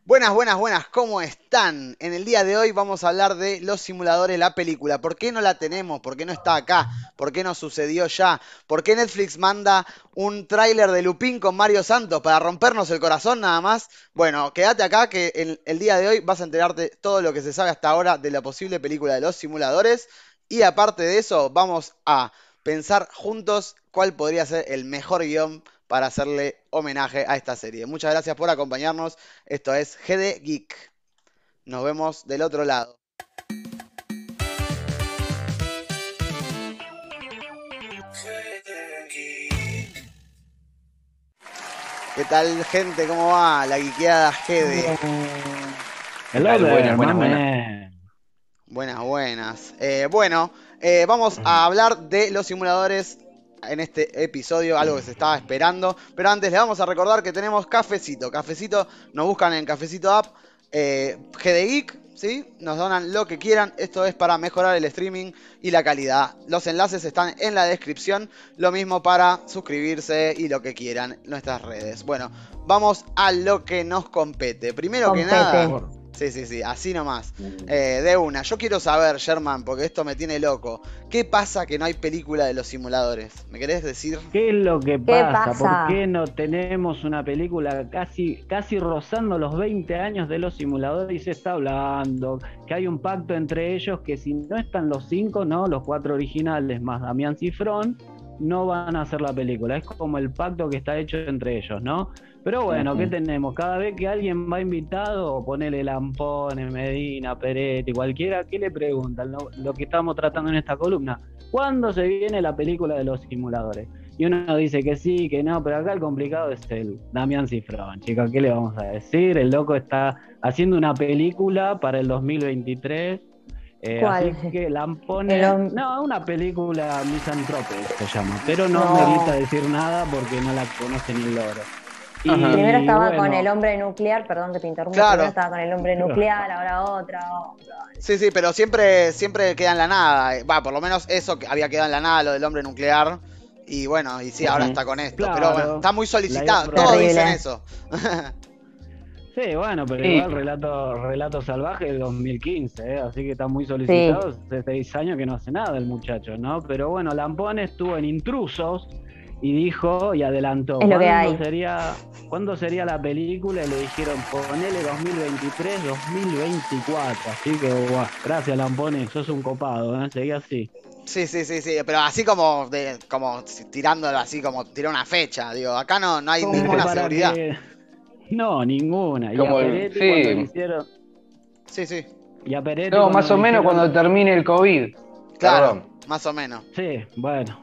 Buenas, buenas, buenas, ¿cómo están? En el día de hoy vamos a hablar de Los Simuladores, la película. ¿Por qué no la tenemos? ¿Por qué no está acá? ¿Por qué no sucedió ya? ¿Por qué Netflix manda un tráiler de Lupin con Mario Santos para rompernos el corazón nada más? Bueno, quédate acá que en el día de hoy vas a enterarte todo lo que se sabe hasta ahora de la posible película de Los Simuladores. Y aparte de eso, vamos a pensar juntos cuál podría ser el mejor guión para hacerle homenaje a esta serie. Muchas gracias por acompañarnos. Esto es GD Geek. Nos vemos del otro lado. ¿Qué tal, gente? ¿Cómo va? La geekeada GD. ¿Qué Hello tal? there, Buenas, my buenas, buenas. man. Buenas, buenas. Vamos a hablar de los simuladores en este episodio, algo que se estaba esperando. Pero antes les vamos a recordar que tenemos Cafecito. Cafecito, nos buscan en Cafecito App, GD Geek, ¿sí? Nos donan lo que quieran. Esto es para mejorar el streaming y la calidad. Los enlaces están en la descripción. Lo mismo para suscribirse y lo que quieran en nuestras redes. Bueno, vamos a lo que nos compete. Primero que Compete. nada. Sí, sí, sí, así nomás. De una. Yo quiero saber, Sherman, porque esto me tiene loco. ¿Qué pasa que no hay película de los simuladores? ¿Me querés decir? ¿Qué es lo que ¿Qué pasa? ¿Por pasa? qué no tenemos una película casi rozando los 20 años de los simuladores y se está hablando que hay un pacto entre ellos que si no están los cinco, no, los cuatro originales más Damián Cifrón, no van a hacer la película? Es como el pacto que está hecho entre ellos, ¿no? Pero bueno, ¿qué tenemos? Cada vez que alguien va invitado, ponele Lampone, Medina, Peretti, cualquiera, ¿qué le preguntan? Lo que estamos tratando en esta columna. ¿Cuándo se viene la película de los simuladores? Y uno dice que sí, que no, pero acá el complicado es el Damián Cifrón, chicos, ¿qué le vamos a decir? El loco está haciendo una película para el 2023. ¿Cuál? Así que El Lampone, hom- no, una película Misanthrope se llama, pero no merita No. decir nada porque no la conoce ni el loro. Ajá. Primero Y estaba con el bueno, hombre nuclear, perdón que te interrumpa, primero Claro. estaba con el hombre nuclear, ahora otra. Sí, sí, pero siempre queda en la nada. Va, por lo menos eso que había quedado en la nada, lo del hombre nuclear. Y bueno, y sí, ahora está con esto. Pero bueno, claro, está muy la iba a solicitado. Todos dicen Terrible. eso. sí, bueno, pero Sí, igual relato salvaje de 2015, así que está muy Sí, solicitado. Hace 6 años que no hace nada el muchacho, ¿no? Pero bueno, Lampone estuvo en Intrusos y dijo y adelantó es lo que hay. cuándo sería la película y le dijeron ponele 2023, 2024. Así que, guau, gracias Lampone, sos un copado, ¿eh? Seguí así. Sí, sí, sí, sí. Pero así como tirándolo así, como tirar una fecha. Digo, acá no hay Como ninguna para seguridad. que... No, ninguna. Y a como Peretti cuando le sí, hicieron... Sí, sí. Y a Peretti no, cuando más o le menos hicieron... cuando termine el COVID. Claro, Perdón. más o menos. Sí, bueno,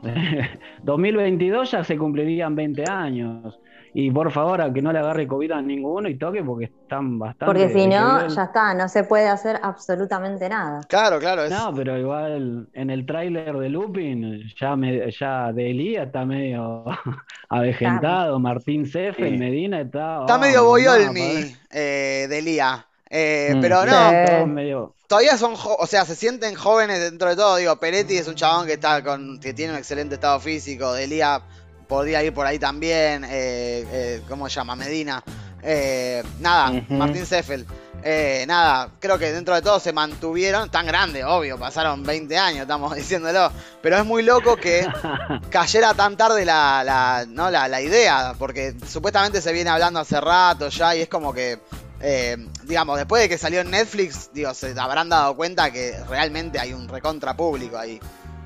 2022 ya se cumplirían 20 años. Y por favor, a que no le agarre COVID a ninguno y toque porque están Porque bastante... si El que vio no, el... ya está, no se puede hacer absolutamente nada. Claro, claro, es. No, pero igual en el tráiler de Lupin ya de Elías está medio Está- avejentado. Martín Seffel, Sí. Medina está, Está medio mamá, Boyolmi de Lía. Pero sí, no, todo Sí. medio... todavía o sea, se sienten jóvenes dentro de todo. Digo, Peretti es un chabón que tiene un excelente estado físico. Delía podría ir por ahí también. ¿Cómo se llama? Medina. Nada, Ujú. Martín Seffel. Nada, creo que dentro de todo se mantuvieron. Tan grande, obvio, pasaron 20 años, estamos diciéndolo. Pero es muy loco que cayera tan tarde ¿no? la idea, porque supuestamente se viene hablando hace rato ya y es como que, digamos, después de que salió en Netflix, digo, se habrán dado cuenta que realmente hay un recontra público ahí.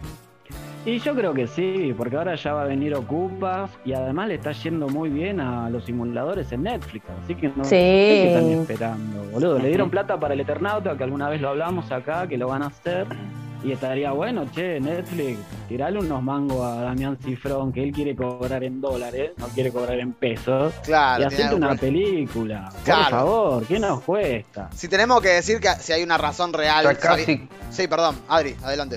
Y yo creo que sí, porque ahora ya va a venir Ocupas y además le está yendo muy bien a los simuladores en Netflix, así que no sé qué están Sí. esperando, boludo. Le dieron Ujú. plata para el Eternauta, que alguna vez lo hablamos acá, que lo van a hacer, y estaría bueno, che, Netflix, tirale unos mangos a Damián Cifrón, que él quiere cobrar en dólares, no quiere cobrar en pesos, y Claro, tiene hacerte algún una problema. película, por Claro. favor, ¿qué nos cuesta? Si tenemos que decir que si hay una razón real. Ya casi. Sí, perdón, Adri, adelante.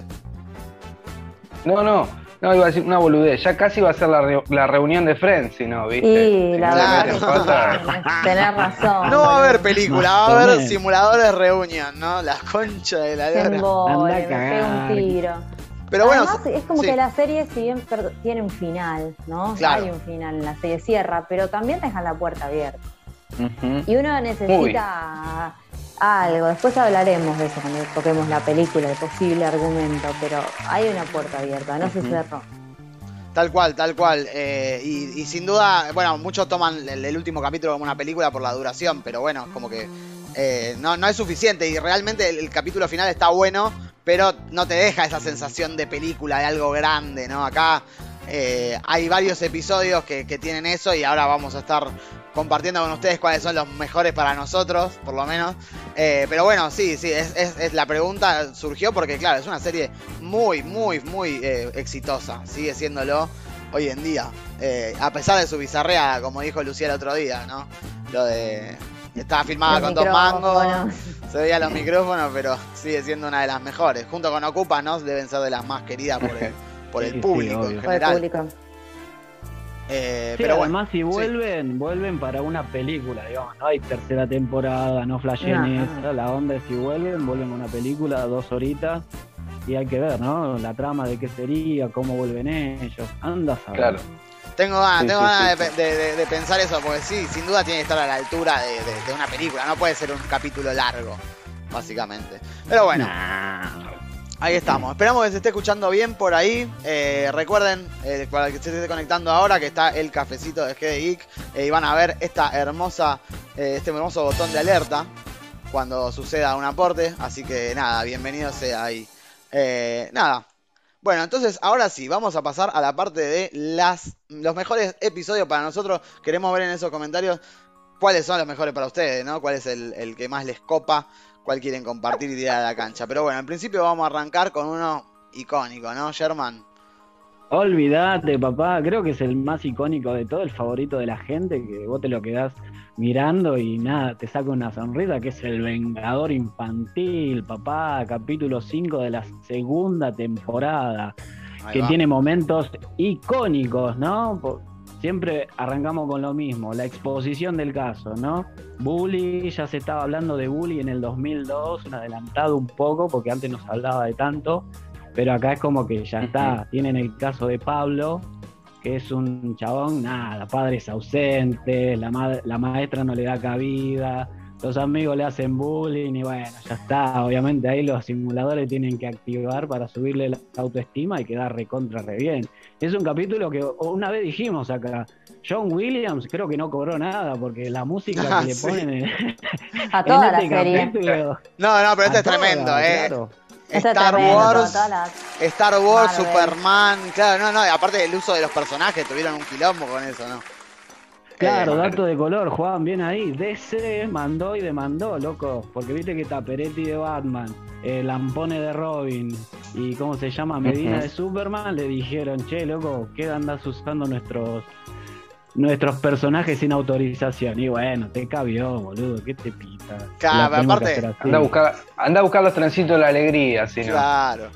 No, iba a decir una boludez. Ya casi va a ser la reunión de Friends, si no, ¿viste? Y Si la no le Claro. meten pata. tenés razón, No va a haber boludo. película, Más va a o haber menos. simuladores reunión, ¿no? La concha de la Qué lora. Anda a embole, me pega un cagar. tiro. Pero bueno, Además, es como sí, que la serie, si bien tiene un final, ¿no? claro. Hay un final en la serie, cierra, pero también deja la puerta abierta. Y uno necesita algo. Después hablaremos de eso cuando toquemos la película, el posible argumento, pero hay una puerta abierta, no se cerró. Tal cual. Y sin duda, bueno, muchos toman el último capítulo como una película por la duración, pero bueno, como que no es suficiente. Y realmente el capítulo final está bueno, pero no te deja esa sensación de película, de algo grande, ¿no? Acá hay varios episodios que tienen eso y ahora vamos a estar compartiendo con ustedes cuáles son los mejores para nosotros, por lo menos. Pero bueno, sí, es la pregunta surgió porque, claro, es una serie muy exitosa. Sigue siéndolo hoy en día. A pesar de su bizarrea, como dijo Lucía el otro día, ¿no? Lo de... Estaba filmada con 2 mangos, se veía los micrófonos, pero sigue siendo una de las mejores. Junto con Ocupa, ¿no? Deben ser de las más queridas por el público en general. Por el público. Pero además si vuelven para una película, digamos, no hay tercera temporada, no flashen esa, la onda es si vuelven con una película, 2 horitas, y hay que ver, ¿no? La trama de qué sería, cómo vuelven ellos, anda a saber. Claro. Tengo ganas de pensar eso, porque sí, sin duda tiene que estar a la altura de una película, no puede ser un capítulo largo, básicamente. Pero bueno. Ahí estamos, esperamos que se esté escuchando bien por ahí. Recuerden, para el que se esté conectando ahora, que está el cafecito de GD Geek y van a ver este hermoso botón de alerta cuando suceda un aporte. Así que nada, bienvenido sea ahí. Nada. Bueno, entonces ahora sí, vamos a pasar a la parte de los mejores episodios para nosotros. Queremos ver en esos comentarios cuáles son los mejores para ustedes, ¿no? Cuál es el que más les copa, cuál quieren compartir y tirar a la cancha. Pero bueno, en principio vamos a arrancar con uno icónico, ¿no, Sherman? Olvídate, papá, creo que es el más icónico de todo, el favorito de la gente, que vos te lo quedás mirando y nada, te saca una sonrisa, que es el Vengador Infantil, papá, capítulo 5 de la segunda temporada, que tiene momentos icónicos, ¿no? Siempre arrancamos con lo mismo, la exposición del caso, ¿no? Bully, ya se estaba hablando de bully en el 2002, un adelantado un poco, porque antes no se hablaba de tanto, pero acá es como que ya está, tienen el caso de Pablo, que es un chabón, nada, padres ausentes, la maestra no le da cabida, los amigos le hacen bullying y bueno, ya está. Obviamente ahí los simuladores tienen que activar para subirle la autoestima y quedar recontra re bien. Es un capítulo que una vez dijimos acá, John Williams creo que no cobró nada porque la música que le ponen a toda la serie. No, pero este es tremendo, claro. Star Wars, Superman, claro, aparte el uso de los personajes, tuvieron un quilombo con eso, ¿no? Claro, dato de color, jugaban bien ahí. DC mandó y demandó, loco, porque viste que está Peretti de Batman, Lampone de Robin y ¿cómo se llama? Medina de Superman, le dijeron, che, loco, ¿qué andas usando nuestros personajes sin autorización? Y bueno, te cabió, boludo, ¿qué te pita? Claro, aparte, anda a buscar los trencitos de la alegría, si no. Claro.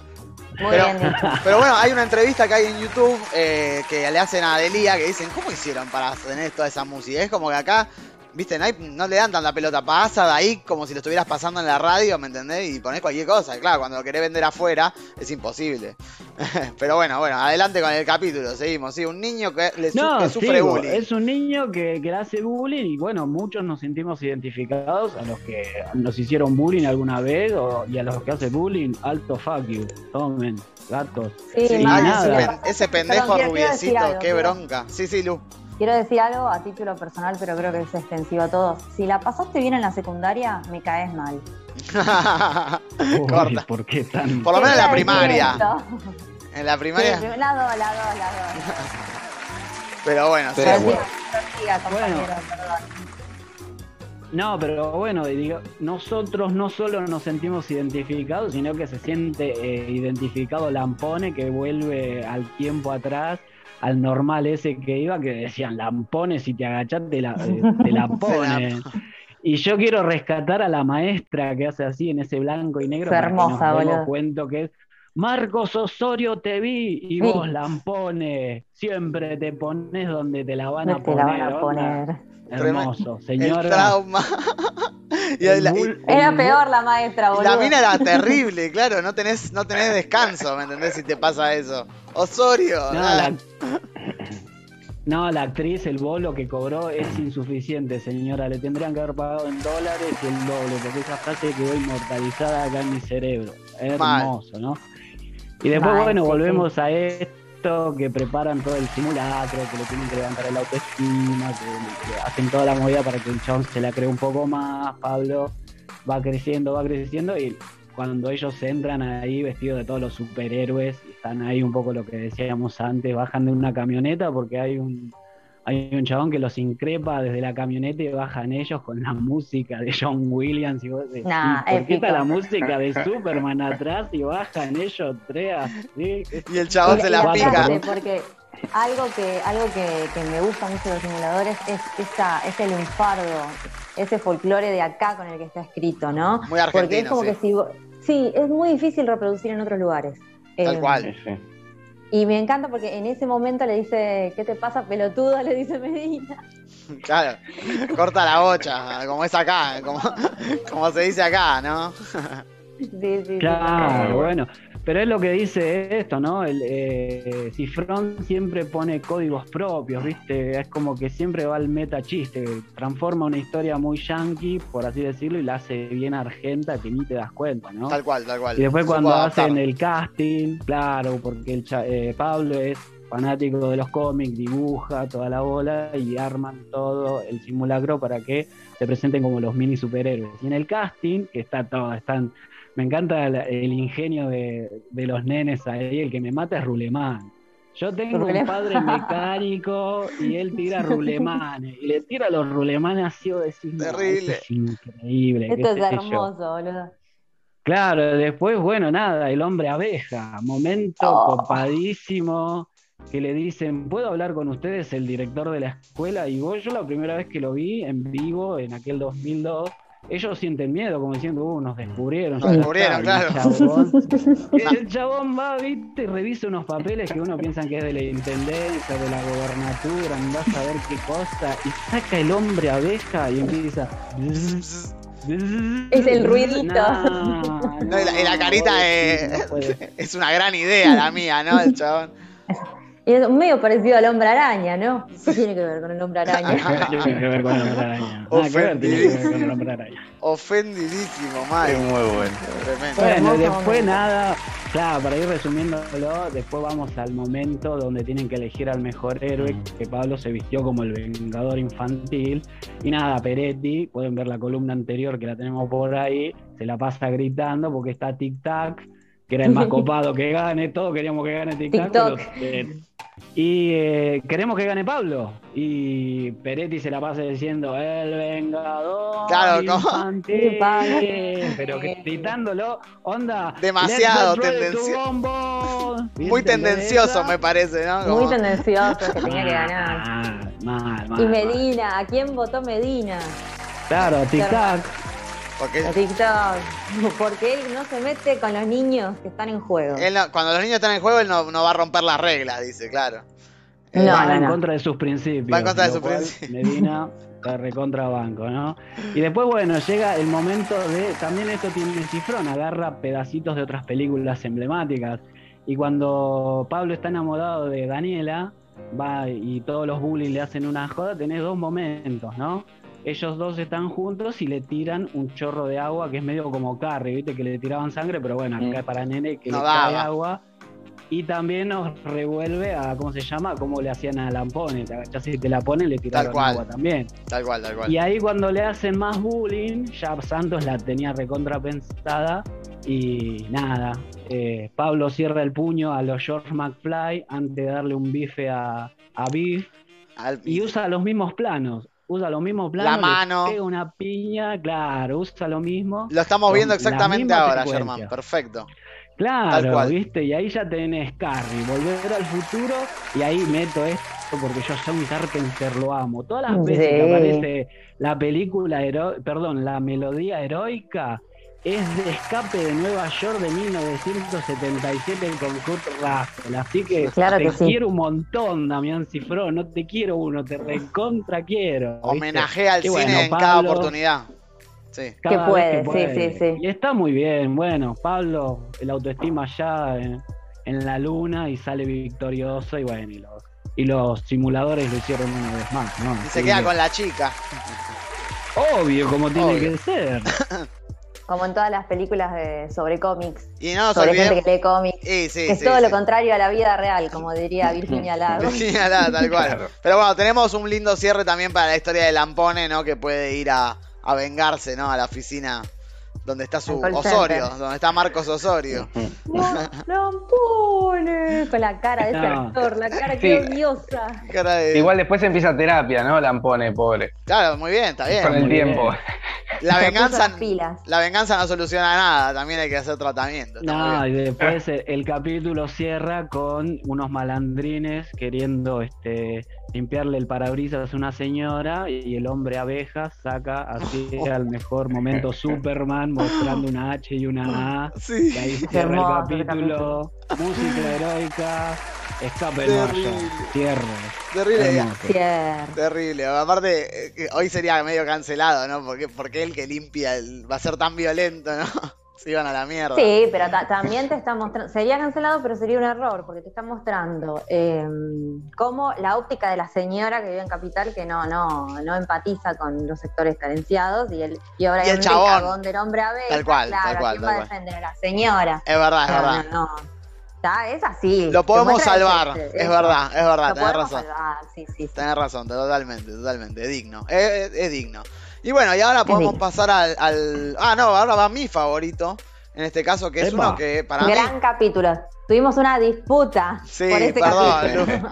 Pero bueno, hay una entrevista que hay en YouTube que le hacen a Adelia que dicen, ¿cómo hicieron para tener toda esa música? Es como que acá, viste, no le dan tanta pelota, pasa de ahí como si lo estuvieras pasando en la radio, ¿me entendés? Y ponés cualquier cosa, y claro, cuando lo querés vender afuera es imposible. Pero bueno, adelante con el capítulo, seguimos, sí, un niño que sufre bullying. Es un niño que le hace bullying y bueno, muchos nos sentimos identificados, a los que nos hicieron bullying alguna vez y a los que hace bullying, alto fuck you, tomen, gatos. Sí, ese pendejo rubiecito, qué bronca. Sí, Lu. Quiero decir algo a título personal, pero creo que es extensivo a todos. Si la pasaste bien en la secundaria, me caes mal. Corta. ¿Por qué tan...? Por lo menos en la primaria. En la primaria. Sí, las dos. Pero bueno, sí. No, pero bueno, digo, nosotros no solo nos sentimos identificados, sino que se siente identificado Lampone, que vuelve al tiempo atrás, al normal ese que iba, que decían Lampone, si te agachás te la ponen. Y yo quiero rescatar a la maestra que hace así en ese blanco y negro, para hermosa, que nos demos cuenta que es Marcos Osorio, te vi, y vos Lampone, siempre te pones donde te la van a poner. Hermoso, señor. El trauma. Era peor la maestra, boludo. La mina era terrible, claro, no tenés descanso, ¿me entendés? Si te pasa eso. Osorio. No, la actriz, el bolo que cobró es insuficiente, señora. Le tendrían que haber pagado en dólares y el doble, porque esa frase quedó inmortalizada acá en mi cerebro. Hermoso, ¿no? Y después, bueno, volvemos a esto, que preparan todo el simulacro, que le tienen que levantar el autoestima, que hacen toda la movida para que el chabón se la cree un poco más. Pablo va creciendo, y cuando ellos entran ahí vestidos de todos los superhéroes, están ahí un poco lo que decíamos antes, bajan de una camioneta porque hay un chabón que los increpa desde la camioneta y bajan ellos con la música de John Williams y vos decís, ¿por qué está la música de Superman atrás y bajan ellos tres así? Y el chabón se la pica. Porque algo que me gusta mucho de los simuladores es ese lunfardo, ese folclore de acá con el que está escrito, ¿no? Muy argentino, porque es como que sí, es muy difícil reproducir en otros lugares. Tal cual. Sí. Y me encanta porque en ese momento le dice, ¿qué te pasa, pelotudo? Le dice Medina. Claro, corta la bocha, como es acá, como se dice acá, ¿no? Sí. Claro, bueno. Pero es lo que dice esto, ¿no? Cifrón siempre pone códigos propios, ¿viste? Es como que siempre va al meta chiste, transforma una historia muy yankee, por así decirlo, y la hace bien argenta que ni te das cuenta, ¿no? Tal cual. Y después cuando hacen el casting, claro, porque Pablo es fanático de los cómics, dibuja toda la bola y arman todo el simulacro para que se presenten como los mini superhéroes. Y en el casting, que me encanta el ingenio de los nenes ahí, el que me mata es Rulemán. Yo tengo un padre mecánico y él tira rulemanes, y le tira los rulemanes así, o decís, terrible. Esto es increíble. Esto es hermoso, boludo. Claro, después, bueno, nada, el hombre abeja, momento copadísimo, que le dicen, ¿puedo hablar con ustedes, el director de la escuela? Y yo la primera vez que lo vi en vivo, en aquel 2002, ellos sienten miedo, como diciendo, nos descubrieron. Nos descubrieron, claro. El chabón va, viste, y revisa unos papeles que uno piensa que es de la intendencia, de la gobernatura, andás a ver qué cosa, y saca el hombre abeja y empieza... Es el ruidito. No, y la carita es una gran idea la mía, ¿no? El chabón. Y es medio parecido al hombre araña, ¿no? ¿Qué tiene que ver con el hombre araña? Tiene que ver con el hombre araña. Ofendidísimo, Mike. Es muy bueno. Tremendo. Bueno, y después nada, claro, para ir resumiéndolo, después vamos al momento donde tienen que elegir al mejor héroe, que Pablo se vistió como el vengador infantil. Y nada, Peretti, pueden ver la columna anterior que la tenemos por ahí, se la pasa gritando porque está Tic Tac, que era el más copado que gane, todos queríamos que gane Tic Tac. Y queremos que gane Pablo. Y Peretti se la pasa diciendo el vengador infantil, pero gritándolo, onda demasiado tendencioso. Muy tendencioso me parece, ¿no? Muy tendencioso, que tenía que ganar. Mal, y Medina, ¿a quién votó Medina? Claro, Tic Tac. Porque él no se mete con los niños que están en juego. Cuando los niños están en juego, él no va a romper las reglas, dice, claro. Va en contra de sus principios. Va en contra de sus principios. Medina está recontra banco, ¿no? Y después, bueno, llega el momento de... También esto tiene Cifrón, agarra pedacitos de otras películas emblemáticas. Y cuando Pablo está enamorado de Daniela, va y todos los bullies le hacen una joda, tenés dos momentos, ¿no? Ellos dos están juntos y le tiran un chorro de agua que es medio como Carrie, ¿viste? Que le tiraban sangre, pero bueno, acá para nene que no le cae agua. Y también nos revuelve a, ¿cómo se llama? Cómo le hacían a Lampone. Te agachás y te la ponen, le tiraron agua también. Tal cual. Y ahí cuando le hacen más bullying, ya Santos la tenía recontrapensada. Y nada, Pablo cierra el puño a los George McFly antes de darle un bife a Biff. Y usa los mismos planos. La mano. Le pega una piña, claro, usa lo mismo. Lo estamos viendo exactamente ahora, Germán. Perfecto. Claro, ¿viste? Y ahí ya tenés Carrie, Volver al Futuro, y ahí meto esto porque yo John Carpenter lo amo. Todas las veces que aparece la película, la melodía heroica, es de Escape de Nueva York de 1977 con Kurt Russell. Así que quiero un montón, Damián Cifrón. No te quiero uno, te recontra quiero. Homenajea al cine en cada oportunidad. Sí. Que puede, sí. Y está muy bien. Bueno, Pablo, el autoestima ya en la luna y sale victorioso. Y bueno, y los simuladores lo hicieron una vez más, ¿no? Y se queda con la chica. Obvio, como tiene Obvio. que ser. Como en todas las películas sobre cómics. Y no nos Sobre olvidemos. gente que lee cómics. Sí, sí, Que es sí, todo sí. lo contrario a la vida real, como diría Virginia Lago. Virginia Lago, tal cual. Claro. Pero bueno, tenemos un lindo cierre también para la historia de Lampone, ¿no? Que puede ir a vengarse, ¿no? A la oficina donde está su Al call Osorio, center. donde está Marcos Osorio. Lampone, con la cara de ese No. actor, la cara Sí. que odiosa. Cara de- Igual después empieza terapia, ¿no? Lampone, pobre. Claro, muy bien, está bien. Con el muy bien. tiempo. La Se puso venganza, las pilas. la venganza no soluciona nada, también hay que hacer tratamiento. está muy No, bien. y después el capítulo cierra con unos malandrines queriendo limpiarle el parabrisas a una señora y el hombre abeja saca así al mejor momento Superman mostrando una H y una A. Sí. Y ahí Es cierra el hermoso ese capítulo, música heroica, escape en Terrible. marcha, cierre. Terrible. Hermoso. Cierto. Terrible. Aparte, hoy sería medio cancelado, ¿no? Porque él que limpia va a ser tan violento, ¿no? Se iban a la mierda. Sí, pero también te está mostrando, sería cancelado, pero sería un error, porque te está mostrando cómo la óptica de la señora que vive en Capital, que no empatiza con los sectores carenciados, y ahora Y el el chabón. cagón del hombre abeja, Tal cual, claro, tal cual, ¿quién tal va a cual. defender a la señora? Es verdad, es verdad. No. Es así. Lo podemos Te muestra salvar. eso. Es verdad, Lo tenés podemos razón. salvar, sí. Tenés razón, totalmente, totalmente. Es digno. Es digno. Y bueno, y ahora podemos digno. pasar al. Ah, no, ahora va mi favorito. En este caso, que es Epa. uno que para mí. Gran capítulo. Tuvimos una disputa Sí, por este perdón. capítulo.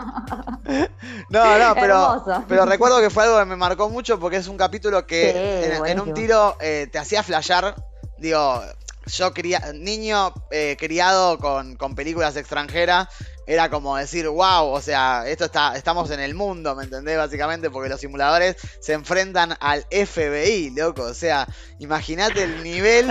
No, Hermoso. pero recuerdo que fue algo que me marcó mucho porque es un capítulo que Sí, en un buenísimo. tiro te hacía flashear. Digo, yo niño criado con películas extranjeras, era como decir, wow, o sea, estamos en el mundo, ¿me entendés? Básicamente porque los simuladores se enfrentan al FBI, loco. O sea, imagínate el nivel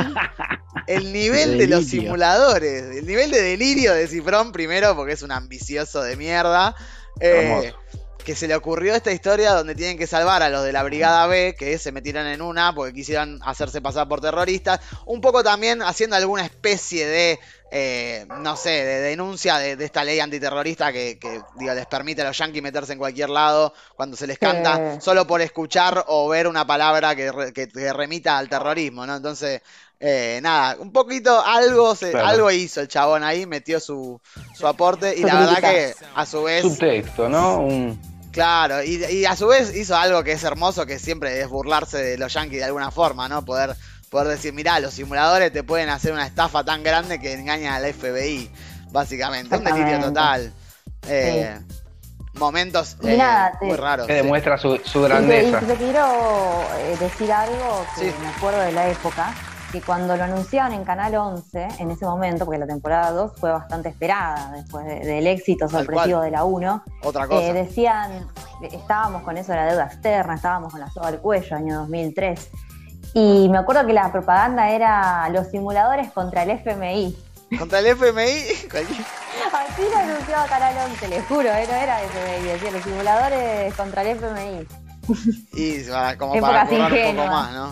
de los Delirio. simuladores, el nivel de delirio de Cifrón primero, porque es un ambicioso de mierda. Hermoso. Que se le ocurrió esta historia donde tienen que salvar a los de la Brigada B, que se metieron en una porque quisieron hacerse pasar por terroristas. Un poco también haciendo alguna especie de, no sé, de denuncia de esta ley antiterrorista que digo, les permite a los yanquis meterse en cualquier lado cuando se les canta, solo por escuchar o ver una palabra que remita al terrorismo, ¿no? Entonces, nada, un poquito Claro. algo hizo el chabón ahí, metió su aporte y Su la verdad crítica. que a su vez... Subtexto, ¿no? Claro, y a su vez hizo algo que es hermoso, que siempre es burlarse de los yankees de alguna forma, ¿no? Poder decir, mirá, los simuladores te pueden hacer una estafa tan grande que engañan al FBI, básicamente. Un delirio Exactamente. total. Momentos Y nada, muy raros. Que sí. demuestra su Y grandeza. te quiero decir algo que Sí. me acuerdo de la época, que cuando lo anunciaban en Canal 11, en ese momento, porque la temporada 2 fue bastante esperada, después del éxito Tal sorpresivo cual. de la 1, Otra cosa. decían, estábamos con eso de la deuda externa, estábamos con la soga al cuello, año 2003, y me acuerdo que la propaganda era los simuladores contra el FMI. Contra el FMI, Así lo anunciaba Canal 11, les juro, no era FMI, decía los simuladores contra el FMI. y como Épocas para currar un poco ingenuas. más, ¿no?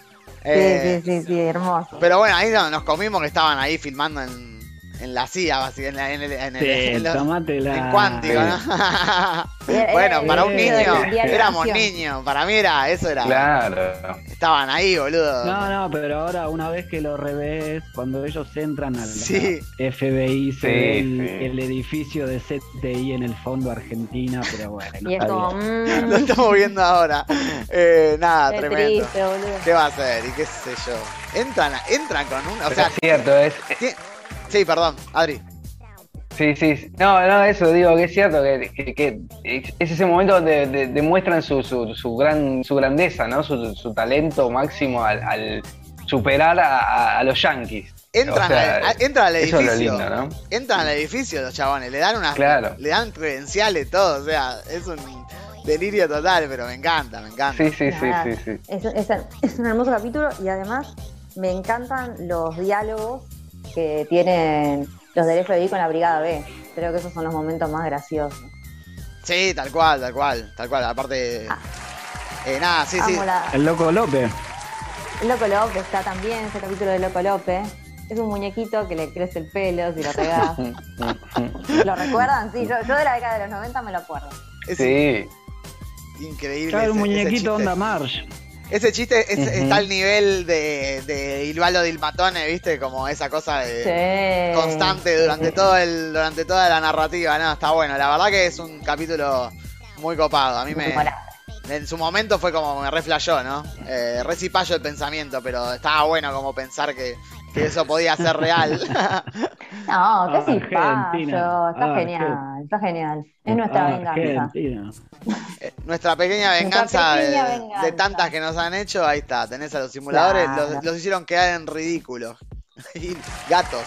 Sí, hermoso. Pero bueno, ahí nos comimos que estaban ahí filmando en la CIA, básicamente, en Tómatela. en cuántico, ¿no? Era Bueno, el para un inicio de niño, la Día de éramos Nación. niños, para mí eso era, Claro. estaban ahí, boludo. No, pero ahora una vez que lo revés, cuando ellos entran al Sí. FBI, se Sí, ve sí. el edificio de CTI en el fondo Argentina, pero bueno. Y es está como, bien. Lo estamos viendo ahora. Nada, qué tremendo. triste, boludo. ¿Qué va a hacer? Y qué sé yo. Entran con una, o Pero sea, es cierto, sí, perdón, Adri. sí. No, eso digo que es cierto, que es ese momento donde demuestran su grandeza, ¿no? Su talento máximo al superar a los yankees. Entran, O sea, entran al eso edificio. es lo lindo, ¿no? Entran al edificio los chabones, le dan Claro. le dan credenciales, todo, o sea, es un delirio total, pero me encanta. Sí. Nada, Es un hermoso capítulo y además me encantan los diálogos que tienen los del FBI con la Brigada B. Creo que esos son los momentos más graciosos. Sí, tal cual. Aparte, nada, sí. Amo El Loco López. El Loco López está también, ese capítulo de Loco López. Es un muñequito que le crece el pelo si lo regás. ¿Lo recuerdan? Sí, yo de la década de los 90 me lo acuerdo. Es Sí. increíble. Claro, un ese muñequito chiste. onda Marge. Ese chiste está al nivel de Ilvalo Dilmatone, ¿viste? Como esa cosa constante durante toda la narrativa. No, está bueno. La verdad que es un capítulo muy copado. A mí en su momento fue como me reflashó, ¿no? Re cipallo el pensamiento, pero estaba bueno como pensar que eso podía ser real. No, qué Argentina. simpático. Está genial, está genial. Es nuestra venganza. Argentina. Nuestra pequeña venganza, Nuestra pequeña de venganza. tantas que nos han hecho. Ahí está, tenés a los simuladores, Claro. los hicieron quedar en ridículo. Y gatos.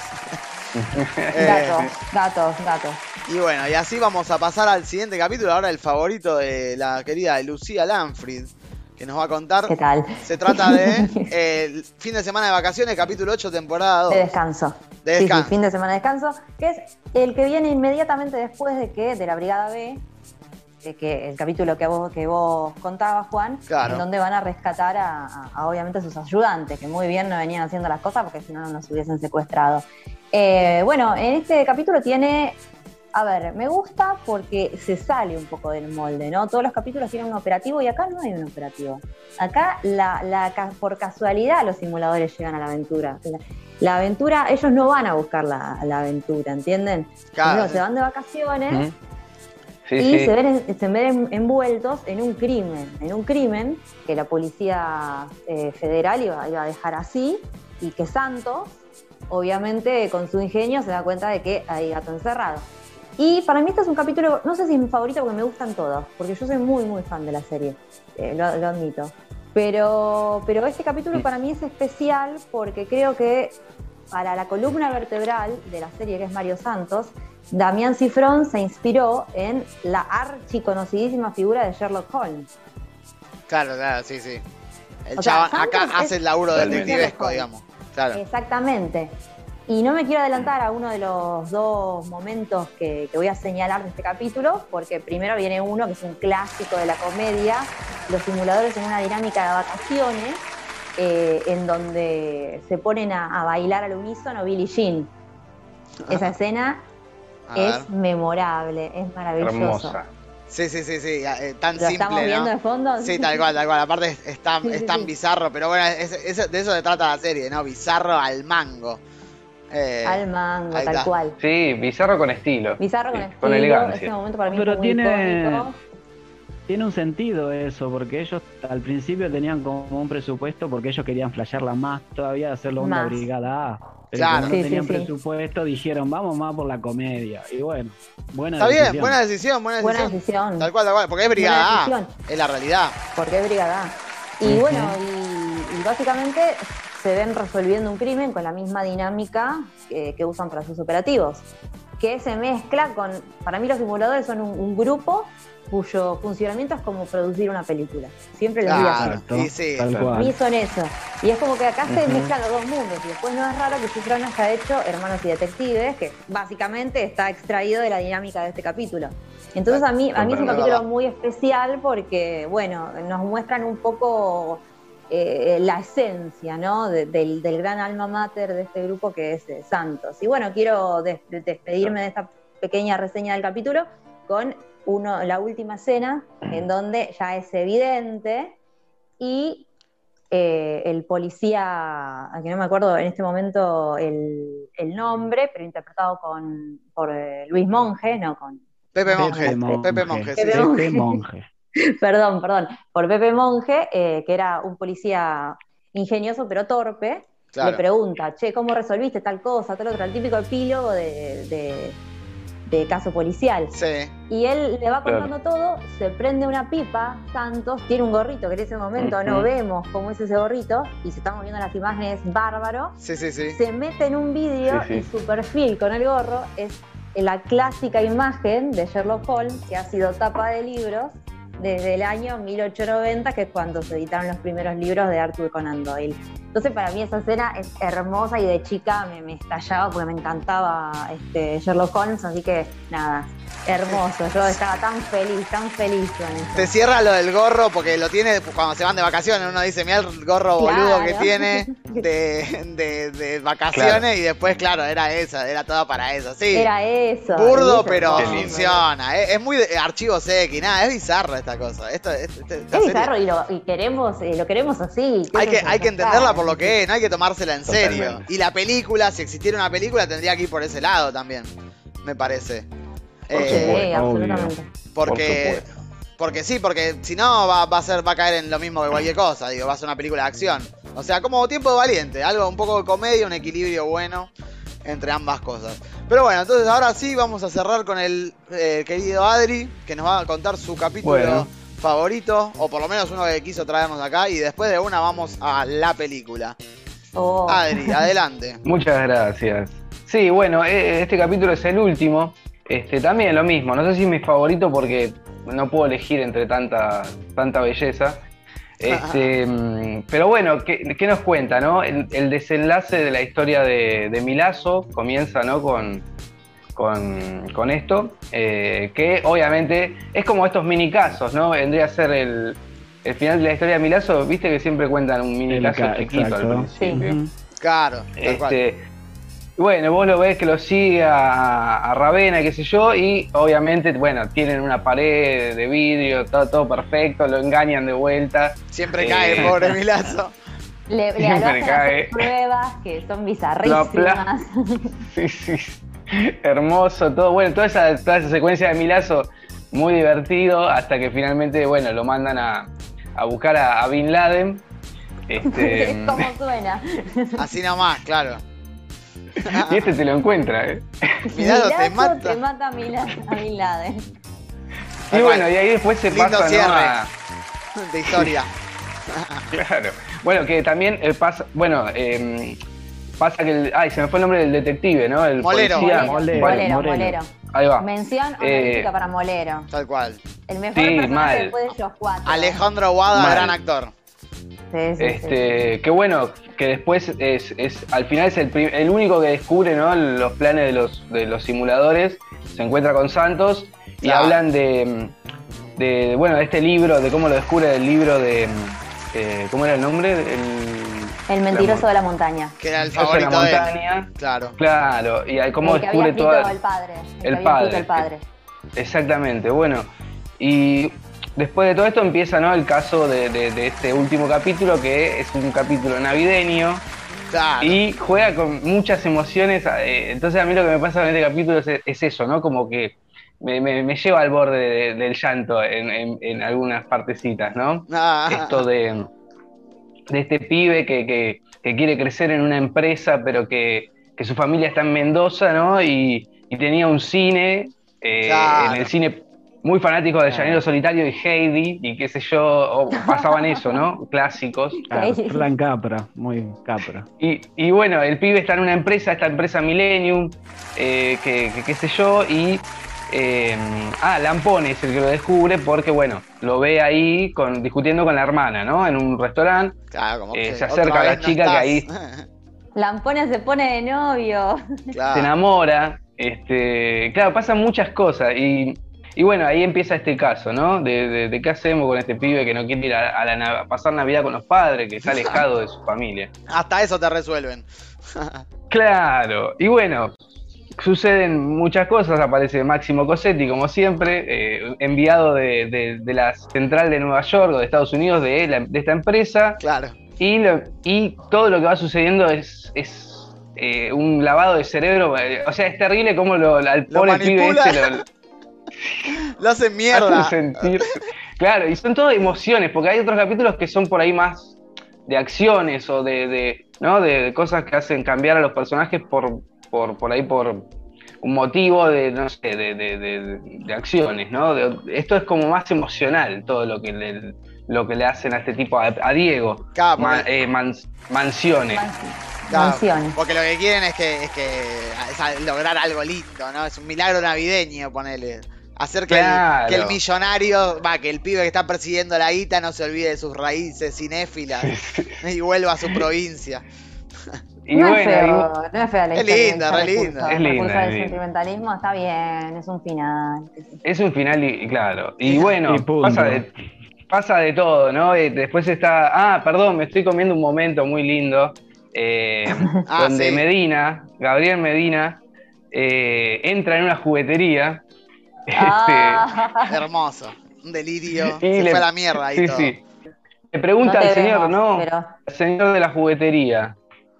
Gatos. Y bueno, y así vamos a pasar al siguiente capítulo. Ahora el favorito de la querida Lucía Lanfrid, que nos va a contar. ¿Qué tal? Se trata de el fin de semana de vacaciones, capítulo 8, temporada 2. De descanso. De descanso. Sí, fin de semana de descanso, que es el que viene inmediatamente después de la Brigada B, que el capítulo que vos contabas, Juan, Claro. en donde van a rescatar a obviamente sus ayudantes, que muy bien no venían haciendo las cosas porque si no, no nos hubiesen secuestrado. Bueno, en este capítulo tiene... A ver, me gusta porque se sale un poco del molde, ¿no? Todos los capítulos tienen un operativo y acá no hay un operativo. Acá, por casualidad, los simuladores llegan a la aventura. La aventura, ellos no van a buscar la aventura, ¿entienden? Claro. Se van de vacaciones Sí, y sí. se ven envueltos en un crimen que la policía federal iba a dejar así y que Santos, obviamente, con su ingenio se da cuenta de que hay gato encerrado. Y para mí este es un capítulo, no sé si es mi favorito porque me gustan todos, porque yo soy muy, muy fan de la serie, lo admito. Pero este capítulo para mí es especial porque creo que para la columna vertebral de la serie, que es Mario Santos, Damián Cifrón se inspiró en la archiconocidísima figura de Sherlock Holmes. Claro, sí. El O sea, chabón acá Santos hace el laburo Totalmente. detectivesco, digamos. Claro. Exactamente. Y no me quiero adelantar a uno de los dos momentos que voy a señalar de este capítulo, porque primero viene uno que es un clásico de la comedia, los simuladores en una dinámica de vacaciones, en donde se ponen a bailar al unísono Billie Jean. Esa escena A es ver. memorable, es maravilloso. Hermosa. Sí. Tan ¿Lo simple, estamos viendo ¿no? de fondo? Sí, tal cual. Aparte es tan Sí. bizarro, pero bueno, de eso se trata la serie, ¿no? Bizarro al mango. Al mango, ahí tal está. cual. Sí, bizarro con estilo. Bizarro con Sí, estilo, con elegancia. ese momento para mí Pero fue muy icónico. tiene un sentido eso, porque ellos al principio tenían como un presupuesto, porque ellos querían flashearla más todavía, hacerlo onda Más. Brigada A. Pero Claro. como no Sí, tenían sí. presupuesto, dijeron, vamos más por la comedia. Y bueno, buena Está decisión. bien, buena decisión. Buena decisión. Tal cual, porque es Brigada Buena A. decisión. Es la realidad. Porque es Brigada A. Y bueno, y básicamente se ven resolviendo un crimen con la misma dinámica que usan para sus operativos, que se mezcla con, para mí los simuladores son un grupo cuyo funcionamiento es como producir una película. Siempre les digo así. Exacto, Y sí. tal Para mí cual. son eso. Y es como que acá se mezclan los dos mundos. Y después no es raro que Cifrón haya hecho Hermanos y Detectives, que básicamente está extraído de la dinámica de este capítulo. Entonces a mí es un Totalmente. capítulo muy especial porque, bueno, nos muestran un poco la esencia, ¿no? del gran alma mater de este grupo que es Santos. Y bueno, quiero despedirme de esta pequeña reseña del capítulo con la última escena en donde ya es evidente y el policía, a que no me acuerdo en este momento el nombre, pero interpretado por Luis Monge, no con... Pepe no, Monge. Pepe Monge, sí. Pepe Monge. Pepe Monge. Perdón, por Pepe Monge, que era un policía ingenioso pero torpe. Claro. Le pregunta, che, ¿cómo resolviste tal cosa, tal otra? El típico epílogo de caso policial. Sí. Y él le va contando todo, se prende una pipa, Santos, tiene un gorrito que en ese momento no vemos cómo es ese gorrito, y si estamos viendo las imágenes, bárbaro. Sí. Se mete en un vídeo Sí. y su perfil con el gorro es la clásica imagen de Sherlock Holmes, que ha sido tapa de libros desde el año 1890, que es cuando se editaron los primeros libros de Arthur Conan Doyle. Entonces para mí esa escena es hermosa y de chica me estallaba porque me encantaba Sherlock Holmes, así que nada, hermoso. Yo estaba tan feliz con eso. Te cierra lo del gorro porque lo tiene cuando se van de vacaciones. Uno dice, mira el gorro boludo que tiene de vacaciones, claro. Y después, claro, era todo para eso. Sí, era eso. Burdo, pero funciona. Es muy de archivos X, nada, es bizarro esta cosa. Es bizarro y lo queremos así. Hay que entenderla por lo que es, no hay que tomársela en serio. Totalmente. Y la película, si existiera una película, tendría que ir por ese lado también, me parece. Sí, absolutamente. Porque si no va a caer en lo mismo que cualquier cosa, digo, va a ser una película de acción. O sea, como Tiempo de Valiente, algo un poco de comedia, un equilibrio bueno entre ambas cosas. Pero bueno, entonces ahora sí vamos a cerrar con el querido Adri, que nos va a contar su capítulo favorito, o por lo menos uno que quiso traernos acá, y después de una vamos a la película. Adri, adelante. Muchas gracias. Sí, bueno, este capítulo es el último. También lo mismo, no sé si es mi favorito porque no puedo elegir entre tanta belleza. Pero bueno, ¿qué nos cuenta, no? El desenlace de la historia de Milazzo comienza, ¿no? Con esto, que obviamente es como estos mini casos, ¿no? Vendría a ser el final de la historia de Milazzo, viste que siempre cuentan un mini caso chiquito al principio. Sí. Claro. Bueno, vos lo ves que lo sigue a Ravenna, qué sé yo, y obviamente, bueno, tienen una pared de vidrio, todo perfecto, lo engañan de vuelta. Siempre cae, pobre Milazzo. Le hacen hacer pruebas que son bizarrísimas. Sí. Hermoso, todo. Bueno, toda esa secuencia de Milazzo, muy divertido, hasta que finalmente, bueno, lo mandan a buscar a Bin Laden. ¿Cómo suena? Así nomás, claro. Y te lo encuentra, Milazzo te mata a Bin Laden. Y bueno, y ahí después se lindo pasa, cierre, ¿no? de historia. Claro. Bueno, que también pasa, pasa que se me fue el nombre del detective, ¿no? El Molero. Policía. Molero. Ahí va. Mención honorífica para Molero. Tal cual. El mejor personaje después de ellos cuatro. Alejandro Guada, gran actor. Sí. Qué bueno que después al final es el único que descubre, ¿no? Los planes de los simuladores. Se encuentra con Santos y hablan de este libro, de cómo lo descubre el libro de ¿cómo era el nombre? El mentiroso de la montaña. Que era el favorito de la montaña. Claro, y cómo descubre todo el padre. Exactamente, bueno. Y después de todo esto empieza, ¿no? El caso de este último capítulo, que es un capítulo navideño. Claro. Y juega con muchas emociones. Entonces a mí lo que me pasa con este capítulo es eso, ¿no? Como que me lleva al borde del llanto en algunas partecitas, ¿no? Esto de este pibe que quiere crecer en una empresa, pero que su familia está en Mendoza, ¿no? Y tenía un cine, en el cine muy fanático de Llanero Solitario y Heidi, y qué sé yo, o pasaban eso, ¿no? Clásicos. Plan Capra, muy Capra. Y bueno, el pibe está en una empresa, esta empresa Millennium, que qué sé yo, y Lampone es el que lo descubre porque, bueno, lo ve ahí discutiendo con la hermana, ¿no? En un restaurante. Claro, como que se acerca a la chica que ahí Lampone se pone de novio. Claro. Se enamora. Claro, pasan muchas cosas y bueno, ahí empieza este caso, ¿no? De qué hacemos con este pibe que no quiere ir a pasar Navidad con los padres, que está alejado de su familia. Hasta eso te resuelven. Claro, y bueno, suceden muchas cosas. Aparece Máximo Cosetti, como siempre, enviado de la central de Nueva York o de Estados Unidos de esta empresa. Claro. Y todo lo que va sucediendo es un lavado de cerebro. O sea, es terrible cómo al pobre pibe lo hacen mierda. Hace sentir. Claro, y son todas emociones, porque hay otros capítulos que son por ahí más de acciones o ¿no? de cosas que hacen cambiar a los personajes por un motivo no sé, de acciones, ¿no? Esto es como más emocional, todo lo que le hacen a este tipo, a Diego. Claro, mansiones. Claro, porque lo que quieren es lograr algo lindo, ¿no? Es un milagro navideño, ponele. Hacer que, Claro. que el millonario, que el pibe que está persiguiendo la guita no se olvide de sus raíces cinéfilas y vuelva a su provincia. Y no, bueno, es feo, no es fea la Es historia. linda, re linda. Es linda, El es linda. sentimentalismo está bien, es un final. es un final, y claro. Y bueno, Y punto. pasa de todo, ¿no? Después está. Ah, perdón, me estoy comiendo un momento muy lindo. Donde sí. Gabriel Medina, entra en una juguetería. Hermoso. Un delirio. Y Se le- fue a la mierda ahí sí, todo. sí. Le pregunta No te al señor, vemos, ¿no? pero- Al señor de la juguetería.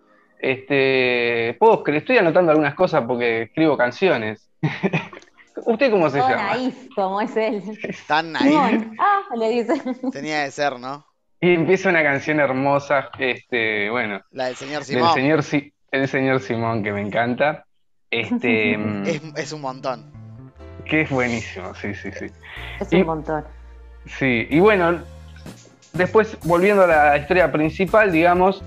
Estoy anotando algunas cosas porque escribo canciones. ¿Usted cómo se Todo llama? naif, como es él. Tan ahí. Simón, le dice. Tenía que ser, ¿no? Y empieza una canción hermosa, bueno, La del señor del Simón. el señor Simón, que me encanta. Es un montón. Que es buenísimo, sí, sí, sí. Es Y- un montón. Sí, y bueno, después volviendo a la historia principal, digamos,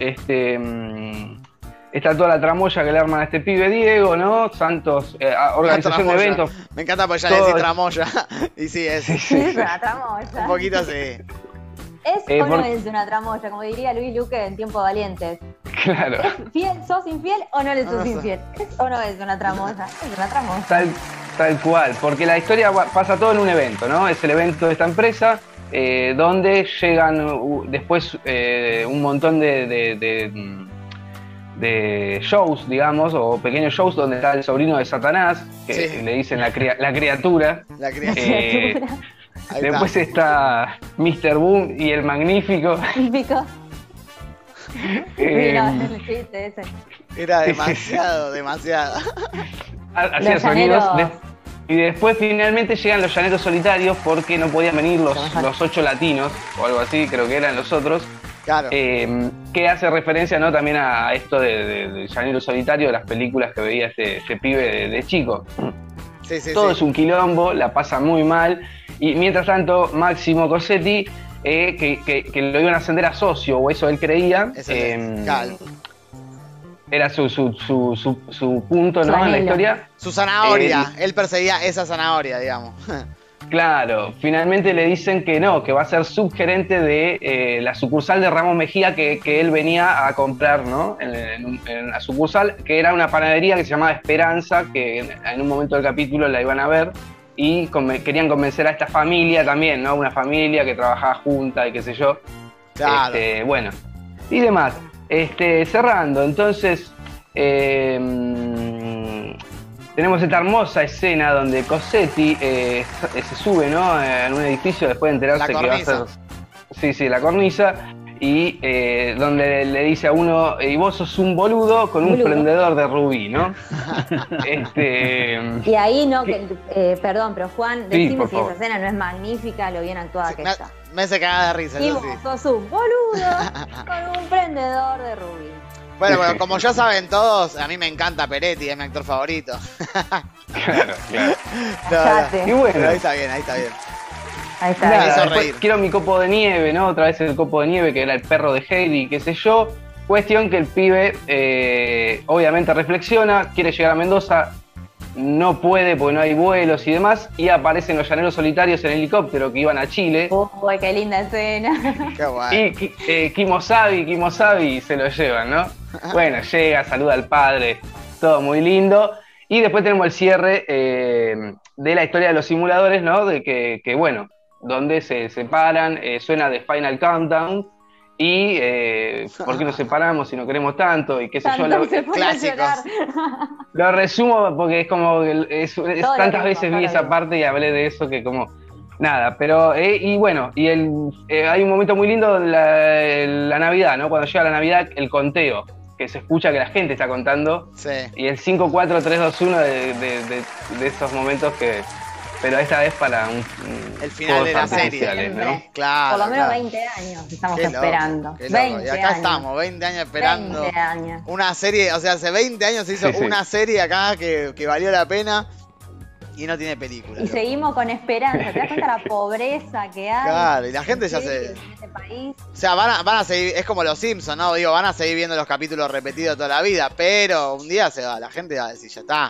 está toda la tramoya que le arman a este pibe Diego, ¿no? Santos, organización de Tramoya. eventos. Me encanta porque ya Todo le decís es- tramoya. Y sí, es. Sí, Sí, sí, es sí. una tramoya. Un poquito sí. ¿Es o no por- es una tramoya? Como diría Luis Luque en Tiempo Valientes. Claro, ¿Sos infiel o no le sos No, no sé. infiel? ¿Es o no es una tramoya? Es una tramoya. tal cual, porque la historia pasa todo en un evento, ¿no? Es el evento de esta empresa, donde llegan después un montón de shows, digamos, o pequeños shows donde está el sobrino de Satanás, que Sí. le dicen la criatura. La criatura. Criatura. Ahí Después está. está Mr. Boom y el Magnífico. Típico. eh, Sí, no, el chiste ese. Era demasiado. hacía Los sonidos. llaneros. Y después finalmente llegan los llaneros solitarios porque no podían venir los 8 latinos, o algo así, creo que eran los otros. Claro. Que hace referencia, ¿no?, también a esto de llanero solitario, de las películas que veía este pibe de chico. Sí, sí, Todo sí. es un quilombo, la pasa muy mal. Y mientras tanto, Máximo Cosetti, que lo iban a ascender a socio, o eso él creía, Claro. era su punto, ¿no?, en la anhelo. historia. Su zanahoria. Él perseguía esa zanahoria, digamos. Claro, finalmente le dicen que no, que va a ser subgerente de la sucursal de Ramos Mejía que él venía a comprar, ¿no? En la sucursal, que era una panadería que se llamaba Esperanza, que en un momento del capítulo la iban a ver y querían convencer a esta familia también, ¿no? Una familia que trabajaba junta y qué sé yo. Claro. Bueno, y demás. Cerrando, entonces, tenemos esta hermosa escena donde Cosetti se sube, ¿no?, en un edificio después de enterarse La que va a ser. cornisa. Sí, la cornisa. Y donde le dice a uno, y vos sos un boludo con un Boludo. prendedor de rubí, ¿no? Y ahí no, perdón, pero Juan, Sí, decime por si favor. esa escena no es magnífica, lo bien actuada Sí, que me, está. me hace cagar de risa, Y eso vos sí. sos un boludo con un prendedor de rubí. Bueno, Sí, pero sí, como sí. ya saben todos, a mí me encanta Peretti, es mi actor favorito. Claro. Cállate. Y bueno, Pero ahí está bien, ahí está bien. Ahí está. Me hizo después reír. quiero mi copo de nieve, ¿no? Otra vez el copo de nieve, que era el perro de Heidi, qué sé yo. Cuestión que el pibe obviamente reflexiona, quiere llegar a Mendoza, no puede porque no hay vuelos y demás, y aparecen los llaneros solitarios en helicóptero que iban a Chile. Uy, qué linda escena. Qué guay. Y Kimosabi se lo llevan, ¿no? Bueno, llega, saluda al padre, todo muy lindo. Y después tenemos el cierre de la historia de los simuladores, ¿no? De que bueno, donde se separan, suena The Final Countdown. Y ¿por qué nos separamos si no queremos tanto? Y qué sé yo. Tanto se pone a clásicos. llorar. Lo resumo porque es como que Todo lo tantas mismo, veces todo vi lo esa mismo. parte y hablé de eso que como nada, pero y bueno, y hay un momento muy lindo en la Navidad, ¿no? Cuando llega la Navidad, el conteo, que se escucha que la gente está contando, Sí. y el 5, 4, 3, 2, 1 de esos momentos pero esta vez para El final fuegos de la serie. artificiales, ¿no? Claro. Por lo menos claro. 20 años estamos Qué loco, esperando. qué loco. 20 Y acá años. estamos, 20 años esperando 20 años. una serie, o sea, hace 20 años se hizo Sí, sí. una serie acá que valió la pena y no tiene película. Y loco. seguimos con esperanza. ¿Te das cuenta la pobreza que hay? Claro, y la gente ya en se... este país. O sea, van a seguir, es como los Simpsons, ¿no? Digo, van a seguir viendo los capítulos repetidos toda la vida, pero un día se va, la gente va a decir, ya está.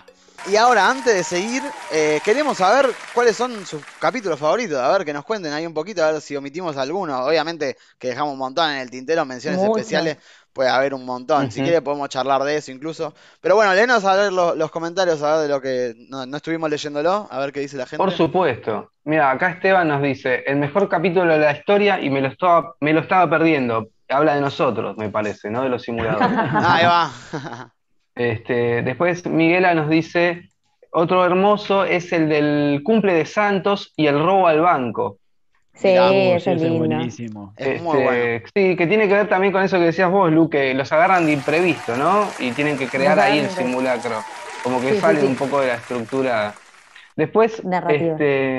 Y ahora, antes de seguir, queremos saber cuáles son sus capítulos favoritos. A ver, que nos cuenten ahí un poquito, a ver si omitimos alguno. Obviamente que dejamos un montón en el tintero, menciones Mucho. especiales, puede haber un montón. Si Ujú. quiere podemos charlar de eso incluso. Pero bueno, léenos a ver los comentarios, a ver de lo que no estuvimos leyéndolo, a ver qué dice la Por gente. supuesto. Mira, acá Esteban nos dice, el mejor capítulo de la historia y me lo estaba perdiendo. Habla de nosotros, me parece, ¿no? De los simuladores. Ahí va. Después Miguela nos dice, otro hermoso es el del cumple de Santos y el robo al banco. Sí, Mirá, Sí, ese es ese es lindo. buenísimo. Es muy bueno. Sí, que tiene que ver también con eso que decías vos, Lu, que los agarran de imprevisto, ¿no? Y tienen que crear ahí el Totalmente. simulacro. Como que Sí, sí, sale sí. un poco de la estructura. Después, Narrativa.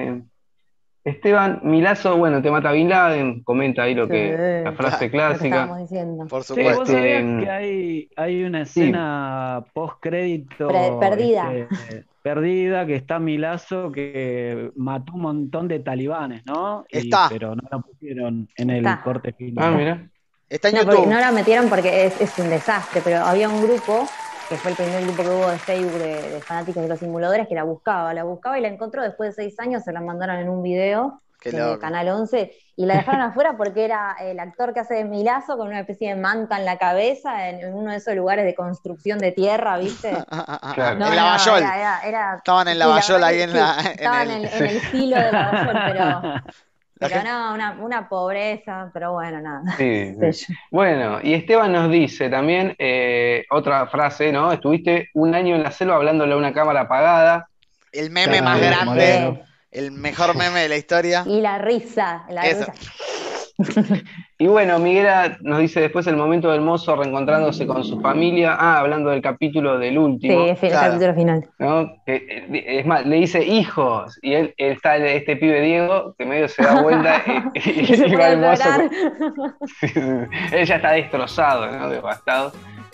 Esteban Milazo, bueno, te mata Bin Laden, comenta ahí la Sí, frase lo que clásica. estábamos diciendo. Por Sí, vos supuesto. sabías que hay una Sí, escena post-crédito Perdida. perdida, que está Milazzo, que mató un montón de talibanes, ¿no? Está, Pero no la pusieron en el Está. corte ah, final. mira. está en No, porque YouTube. no la metieron porque es un desastre, pero había un grupo, que fue el primer grupo que hubo de Facebook de fanáticos de los simuladores, que la buscaba y la encontró después de 6 años, se la mandaron en un video Qué de loco. Canal 11 y la dejaron afuera porque era el actor que hace de Milazzo con una especie de manta en la cabeza en uno de esos lugares de construcción de tierra, ¿viste? Claro. No, En no, Lavallol. era Estaban en sí, Lavallol verdad ahí que en sí, estaban el. en el silo de Lavallol, La pero gente- no, una pobreza, pero bueno, nada. Sí, qué sí. sé yo. Bueno, y Esteban nos dice también otra frase, ¿no? Estuviste un año en la selva hablándole a una cámara apagada. El meme más Claro, grande, Moreno. Sí. el mejor meme de la historia. Y la risa, Eso. Y bueno, Miguela nos dice después el momento del mozo reencontrándose con su familia. Ah, hablando del capítulo del Sí, último, el Claro. capítulo final. ¿no? Es más, le dice hijos, y él está este pibe Diego, que medio se da vuelta Y se y va pone a el mozo. llorar. Sí, sí, sí. Él ya está destrozado, ¿no? Devastado.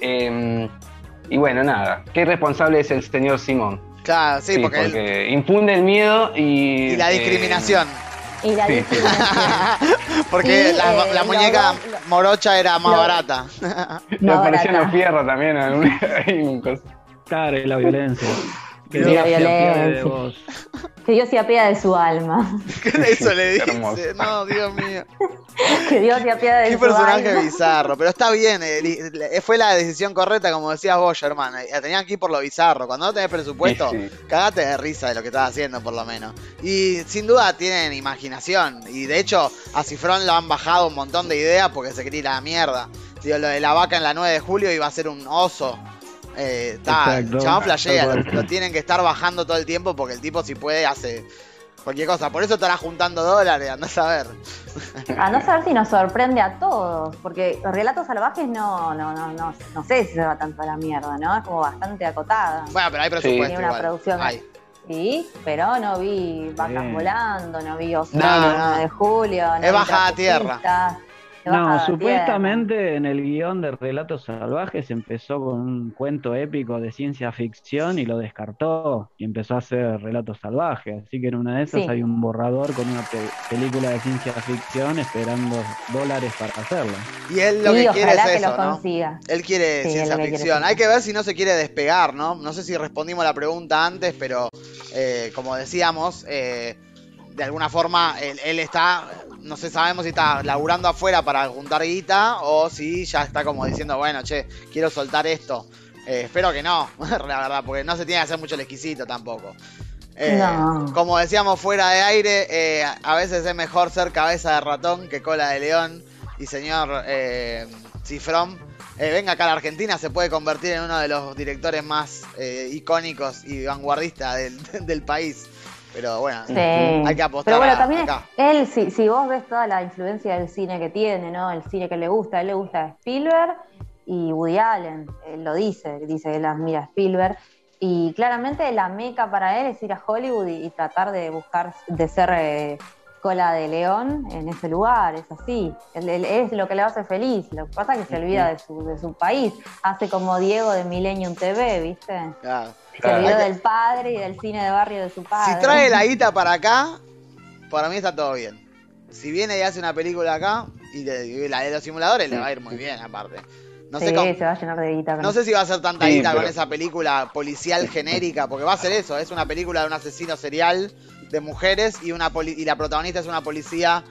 Y bueno, nada, qué responsable es el señor Simón. Claro, sí, Sí, porque porque infunde el miedo y la discriminación. Y la Sí. discriminación. Porque Y, la muñeca los dos- morocha era más lo- barata. le Más aparecían barata. los fierros también. Hay un coso. Claro, y la violencia. Que Sí, la Dios se apiade de violencia. vos. Que Dios se apiada de su alma. Eso le dice. Hermoso. No, Dios mío. Que Dios se apiada de Qué su personaje alma. bizarro. Pero está bien. Fue la decisión correcta, como decías vos, hermano. Tenían que ir por lo bizarro. Cuando no tenés presupuesto, Sí, sí. cagate de risa de lo que estás haciendo, por lo menos. Y sin duda tienen imaginación. Y de hecho, a Cifrón lo han bajado un montón de ideas porque se quería ir a la mierda. Digo, lo de la vaca en la 9 de julio iba a ser un oso. El Exacto. chabón flashea, Tal cual. lo tienen que estar bajando todo el tiempo porque el tipo si puede hace cualquier cosa. Por eso estará juntando dólares, andás a ver. A no saber si nos sorprende a todos, porque Relatos Salvajes no sé si se va tanto a la mierda, ¿no? Es como bastante acotada. Bueno, pero hay presupuesto Tenía una igual. producción. Hay. Sí, pero no vi vacas Sí. volando, no vi osos No, el no. 1 de julio, no Es vi bajada a tierra. trapecistas, es bajada No, a supuestamente en el guión de Relatos Salvajes empezó con un cuento épico de ciencia ficción y lo descartó y empezó a hacer Relatos Salvajes. Así que en una de esas Sí. hay un borrador con una película de ciencia ficción esperando dólares para hacerla. Y él lo y que quiere es ojalá que eso, lo ¿no? consiga. Él quiere Sí, es ciencia lo que quiere ficción. hacer. Hay que ver si no se quiere despegar, ¿no? No sé si respondimos la pregunta antes, pero como decíamos, de alguna forma él está, no sé, sabemos si está laburando afuera para juntar guita o si ya está como diciendo, bueno, che, quiero soltar esto. Espero que no, la verdad, porque no se tiene que hacer mucho el exquisito tampoco. No. Como decíamos fuera de aire, a veces es mejor ser cabeza de ratón que cola de león. Y señor Cifrón, venga acá a la Argentina, se puede convertir en uno de los directores más icónicos y vanguardistas del país. Pero bueno, Sí. hay que apostar Pero bueno, también acá. él, si vos ves toda la influencia del cine que tiene, ¿no? El cine que le gusta, a él le gusta Spielberg y Woody Allen, él lo dice que él admira a Spielberg. Y claramente la meca para él es ir a Hollywood y tratar de buscar, de ser cola de león en ese lugar, es así. Es lo que le hace feliz. Lo que pasa es que se olvida de su país. Hace como Diego de Millennium TV, ¿viste? Claro. Se olvidó Hay que- del padre y del cine de barrio de su padre. Si trae la guita para acá, para mí está todo bien. Si viene y hace una película acá, y la de los simuladores le va a ir muy bien, aparte. No Sí, sé cómo- se va a llenar de guita. no sé si va a ser tanta Sí, guita con pero- esa película policial genérica, porque va a ser eso, es una película de un asesino serial de mujeres y y la protagonista es una policía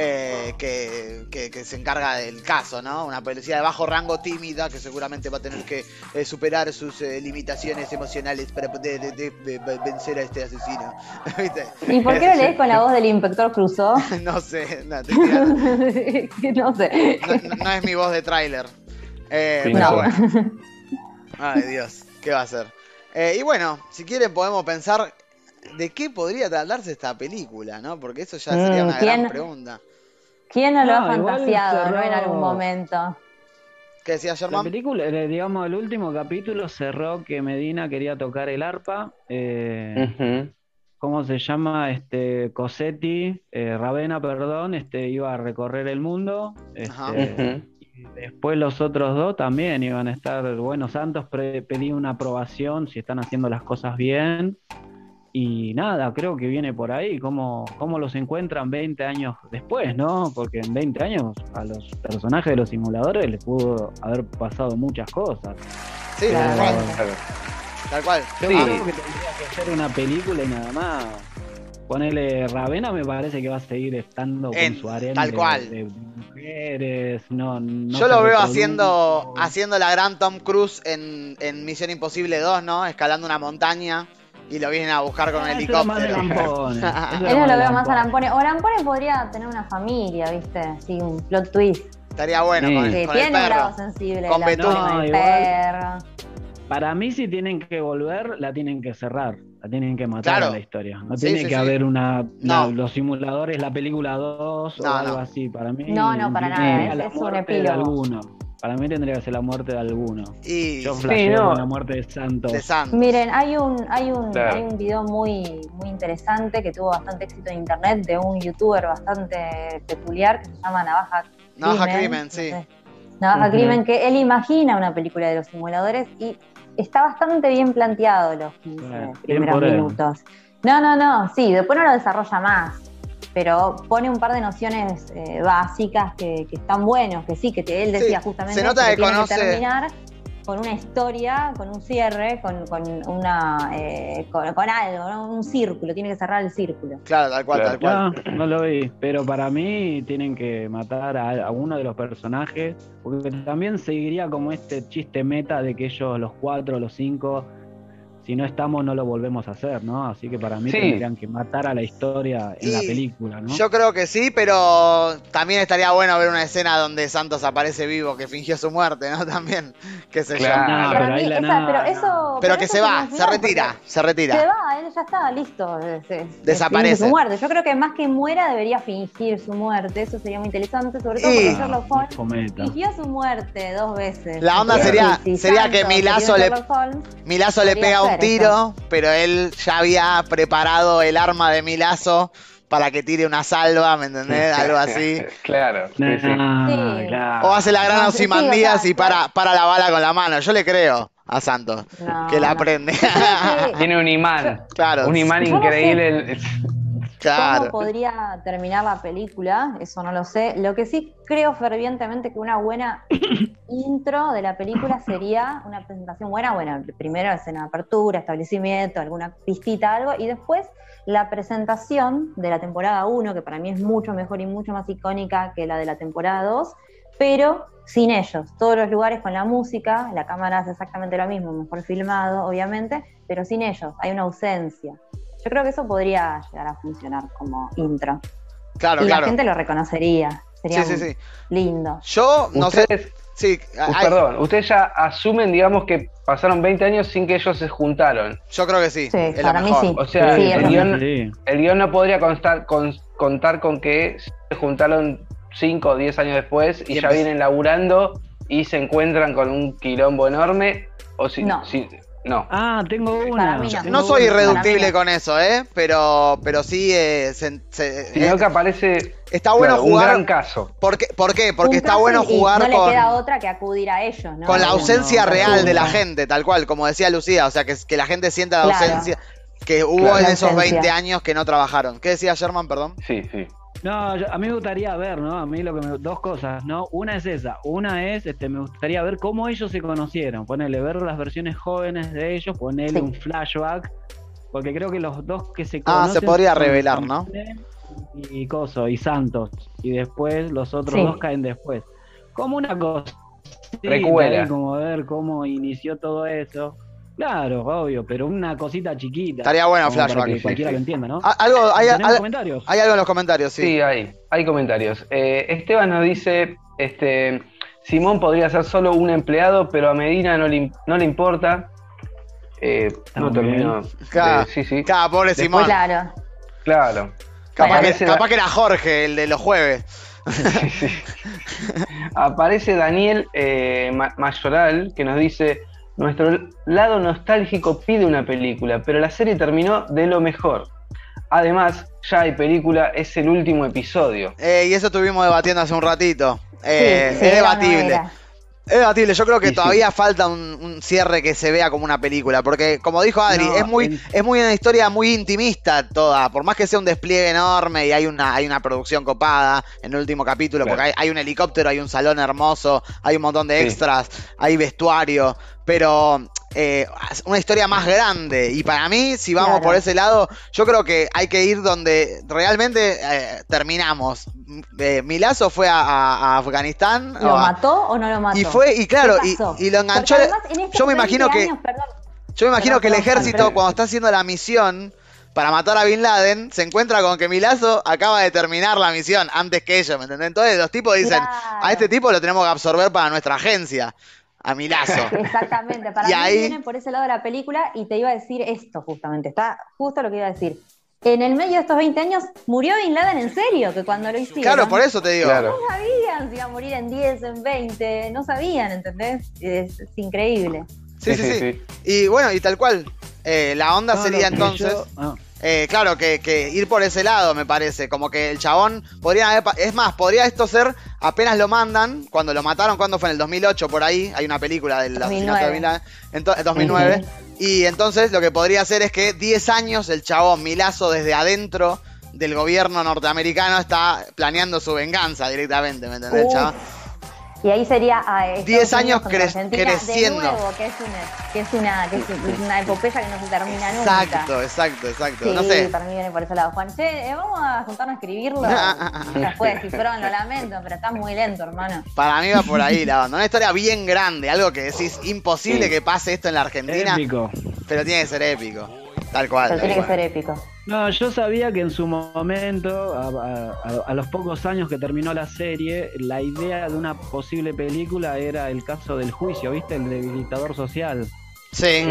que se encarga del caso, ¿no? Una policía de bajo rango tímida que seguramente va a tener que superar sus limitaciones emocionales para poder vencer a este asesino. ¿Viste? ¿Y por qué lo lees con la voz del inspector Clouseau? No sé, no, estoy tirando. No sé. No es mi voz de tráiler. Sí, Pero no. bueno. Ay, Dios, ¿qué va a ser? Y bueno, si quieren podemos pensar de qué podría tratarse esta película, ¿no? Porque eso ya sería una gran pregunta. ¿Quién no lo ha No, igual fantaseado, ¿no? En cerró- algún momento. ¿Qué decía La Germán? película, digamos, el último capítulo cerró que Medina quería tocar el arpa. Ujú. ¿Cómo se llama? Cosetti, Ravena, perdón, iba a recorrer el mundo. Ajá. Ujú. Y después los otros dos también iban a estar. Bueno, Santos pedí una aprobación si están haciendo las cosas bien. Y nada, creo que viene por ahí, cómo los encuentran 20 años después, ¿no? Porque en 20 años a los personajes de los simuladores les pudo haber pasado muchas cosas. Sí, tal cual. Claro. Tal cual. Yo Sí. creo que tendría que ser una película y nada más. Ponele Ravena, me parece que va a seguir estando En- con su harem tal cual. de mujeres. No Yo se lo veo reproduzca. haciendo la gran Tom Cruise en Misión Imposible 2, ¿no? Escalando una montaña y lo vienen a buscar con un Eso era más de helicóptero. Lampone. Eso era Eso de lo veo más a Lampone. Lampone. O Lampone podría tener una familia, ¿viste? Sí, un plot twist. Estaría bueno Sí. con, Que con el tiene un perro. lado sensible. Con Lampone, Betún. con No, el igual. perro. Para mí, si tienen que volver, la tienen que cerrar. La tienen que matar Claro. a la historia. No Sí, tiene sí, que sí. haber No. los simuladores, la película 2 No, o algo no. así. Para mí, No, no, para tendría nada, la es un muerte de epílogo. alguno. Para mí tendría que ser la muerte de alguno. Y Yo Sí, flasheo no. con la muerte de Santos. de Santos. Miren, hay Claro. un video muy interesante que tuvo bastante éxito en internet de un youtuber bastante peculiar que se llama Navaja Crimen, sí. Navaja Ujú. Crimen, que él imagina una película de los simuladores y está bastante bien planteado los 15 Bueno, bien primeros por él. minutos. No, sí, después no lo desarrolla más, pero pone un par de nociones básicas que están buenos, que sí, él decía Sí, justamente se nota que tiene conoce- que terminar con una historia, con un cierre, con algo, ¿no? Un círculo, tiene que cerrar el círculo. Claro, tal cual, Claro. tal cual. No lo vi, pero para mí tienen que matar a uno de los personajes, porque también seguiría como este chiste meta de que ellos, los 4, los 5, si no estamos no lo volvemos a hacer, ¿no? Así que para mí Sí. tendrían que matar a la historia en la Y película, ¿no? Yo creo que sí, pero también estaría bueno ver una escena donde Santos aparece vivo, que fingió su muerte, ¿no? También, qué sé Claro. No, Para pero mí ahí la esa- nada, pero no. eso, Pero que eso se va, tiene un se final, retira, porque se retira. Se va, él ya está, listo. Desaparece. Finge su muerte. Yo creo que más que muera debería fingir su muerte. Eso sería muy interesante, sobre todo Y- porque Sherlock Muy Holmes cometa. fingió su muerte 2 veces. La onda Entonces, sería- si sería Santos que Milazzo se tiene le- Sherlock Holmes, Milazzo le podría pega un ser tiro, pero él ya había preparado el arma de Milazzo para que tire una salva, ¿me entendés? Algo así. Claro, sí, sí. Nah, Sí. claro. O hace la gran No, sí, Ozymandias o sea, y para la bala con la mano. Yo le creo a Santos No, que la no. prende. Yo creo que- Tiene un imán. Claro. Un imán Yo no increíble. Claro. ¿Cómo podría terminar la película? Eso no lo sé. Lo que sí creo fervientemente que una buena intro de la película sería una presentación buena. Bueno, primero escena de apertura, establecimiento, alguna pistita, algo, y después la presentación de la temporada 1, que para mí es mucho mejor y mucho más icónica que la de la temporada 2, pero sin ellos. Todos los lugares con la música, la cámara hace exactamente lo mismo, mejor filmado, obviamente, pero sin ellos. Hay una ausencia. Yo creo que eso podría llegar a funcionar como intro. Claro, Y claro. la gente lo reconocería. Sería Sí, sí, sí. lindo. Yo no sé. Ustedes, Sí, ay, perdón, ustedes ya asumen, digamos, que pasaron 20 años sin que ellos se juntaron. yo creo que sí. Sí, es lo para mí mejor. sí. O sea, Sí, el, es lo guión, Sí. el guión no podría contar con que se juntaron 5 o 10 años después y Y ya empe- vienen laburando y se encuentran con un quilombo enorme. O si, No. no. Ah, tengo Para una. mí no. No soy Para irreductible mí no. con eso, pero sí Sino que aparece está bueno claro, un jugar. gran caso. ¿Por qué? Porque Un está caso bueno y jugar no le con, queda otra que acudir a ellos, ¿no? con la No, ausencia no, real de la no. gente, tal cual, como decía Lucía, o sea, que la gente sienta la Claro. ausencia que hubo Claro. en La esos ausencia. 20 años que no trabajaron. ¿Qué decía Sherman, perdón? Sí, sí. No, a mí me gustaría ver, ¿no? A mí dos cosas, ¿no? Una es esa. Una es, me gustaría ver cómo ellos se conocieron. Ponerle, ver las versiones jóvenes de ellos, ponerle un flashback. Porque creo que los dos que se conocen... se podría revelar, ¿no? Y Coso, y Santos. Y después los otros dos caen después. Como una cosa. Recuerda. Como ver cómo inició todo eso. Claro, obvio, pero una cosita chiquita. Estaría bueno flashback. Para que cualquiera lo entienda, ¿no? ¿Hay comentarios? Hay algo en los comentarios, sí. Sí, hay comentarios. Esteban nos dice, Simón podría ser solo un empleado, pero a Medina no le importa. No terminó. Sí. Claro, pobre Simón. Claro. Capaz que era Jorge, el de los jueves. Sí. Aparece Daniel Mayoral, que nos dice: nuestro lado nostálgico pide una película, pero la serie terminó de lo mejor. Además, ya hay película, es el último episodio. Y eso estuvimos debatiendo hace un ratito. Es debatible. Es debatible, yo creo que todavía falta un cierre que se vea como una película, porque como dijo Adri, es muy una historia muy intimista toda, por más que sea un despliegue enorme y hay una producción copada en el último capítulo, porque hay un helicóptero, hay un salón hermoso, hay un montón de extras, hay vestuario, pero una historia más grande, y para mí, si vamos por ese lado, yo creo que hay que ir donde realmente terminamos. Milazzo fue a Afganistán. ¿Lo mató o no lo mató? Y lo enganchó. Yo me imagino que el ejército, cuando está haciendo la misión para matar a Bin Laden, se encuentra con que Milazzo acaba de terminar la misión antes que ellos, ¿me entendés? Entonces los tipos dicen, a este tipo lo tenemos que absorber para nuestra agencia. A Milazzo. Exactamente, para mí vienen por ese lado de la película, y te iba a decir esto justamente, está justo lo que iba a decir. En el medio de estos 20 años murió Bin Laden en serio, que cuando lo hicieron... Claro, por eso te digo. No sabían si iba a morir en 10, en 20, no sabían, ¿entendés? Es increíble. Sí. Y bueno, y tal cual, la onda sería entonces... claro, que ir por ese lado, me parece. Como que el chabón podría esto ser, apenas lo mandan, cuando lo mataron, cuando fue en el 2008, por ahí, hay una película del asesinato de Bin Laden, 2009. Y entonces lo que podría hacer es que 10 años el chabón Milazzo desde adentro del gobierno norteamericano está planeando su venganza directamente, ¿me entendés, chabón? Y ahí sería 10 años creciendo. De nuevo, que es una epopeya que no se termina nunca. Exacto. Sí, no sé. para mí viene por ese lado. Juan, vamos a juntarnos a escribirlo. Después, Cifrón, lo lamento, pero está muy lento, hermano. Para mí va por ahí la onda. Una historia bien grande, algo que decís, imposible que pase esto en la Argentina. Épico. Pero tiene que ser épico. Tal cual. Pero tiene que ser épico. No, yo sabía que en su momento, a los pocos años que terminó la serie, la idea de una posible película era el caso del juicio, ¿viste? El debilitador social. Sí.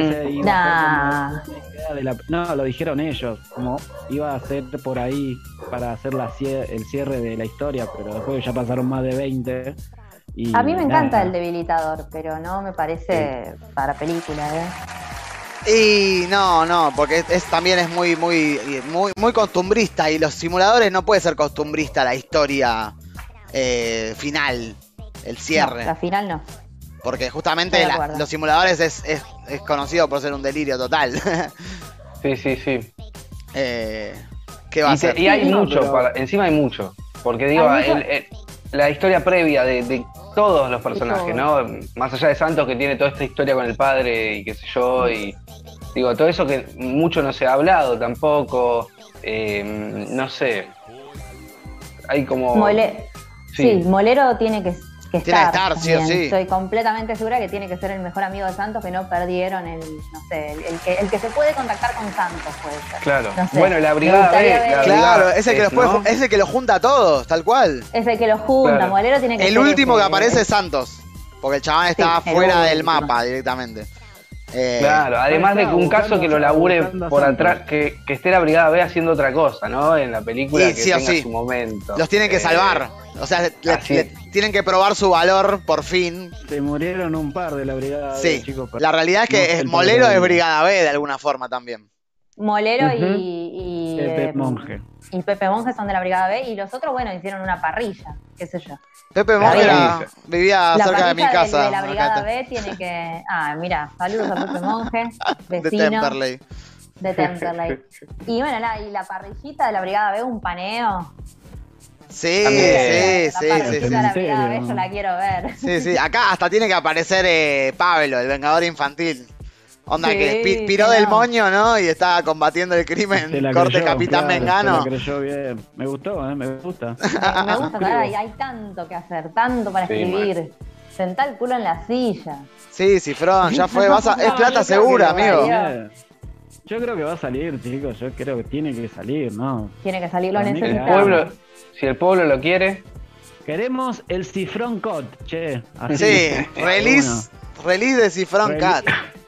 No, lo dijeron ellos, como iba a ser por ahí para hacer el cierre de la historia, pero después ya pasaron más de 20. Y a mí me encanta el debilitador, pero no me parece para película, Y no, porque también es muy costumbrista, y los simuladores no puede ser costumbrista la historia final, el cierre. No, la final no. Porque justamente los simuladores es conocido por ser un delirio total. Sí. ¿Qué va a ser? Y hay mucho, encima hay mucho. Porque digo, la historia previa de todos los personajes, ¿no? Más allá de Santos, que tiene toda esta historia con el padre y qué sé yo, y digo, todo eso que mucho no se ha hablado tampoco, no sé. Hay como... Molero tiene que estar sí o sí. Estoy completamente segura que tiene que ser el mejor amigo de Santos, que no perdieron el que se puede contactar con Santos, puede ser. Claro. No sé, bueno, la brigada B. Claro, es el que los junta a todos, tal cual. Es el que los junta, claro. Molero tiene que ser el último que aparece es Santos, porque el chabón está fuera del mapa directamente. Claro, además de que un caso que lo labure por atrás, que esté la brigada B haciendo otra cosa, ¿no? En la película, que tenga su momento. Los tienen que salvar. O sea, le tienen que probar su valor por fin. Se murieron un par de la brigada B, chicos. La realidad es que Molero es brigada B de alguna forma también. Molero y Pepe Monje. Y Pepe Monje son de la brigada B, y los otros, bueno, hicieron una parrilla, qué sé yo. Pepe Monje vivía cerca de mi casa. De la brigada B tiene que... mira, saludos a Pepe Monje, vecino. De Temperley. Y bueno, y la parrillita de la brigada B, un paneo. Sí, También. sí, La sí, sí, sí. partita, la sí. mirada, yo la quiero ver. Sí, sí. Acá hasta tiene que aparecer Pablo, el vengador infantil. Onda Sí, que piró que del no. moño, ¿no? Y estaba combatiendo el Se crimen. la Corte creyó, Capitán claro, Mengano. Se la creyó bien. Me gustó, me gusta. Me gusta, ¿verdad? Hay tanto que hacer, tanto para Sí, escribir. Sentá el culo en la silla. Sí, Cifrón, ya fue. Es No, plata yo creo segura, que va a amigo. salir. Yo creo que va a salir, chicos. Yo creo que tiene que salir, ¿no? Tiene que salir, lo Para mí que El necesitamos. pueblo, si el pueblo lo quiere, Queremos el Cifrón Cod, che. Así. Sí, release de Cifrón Cat.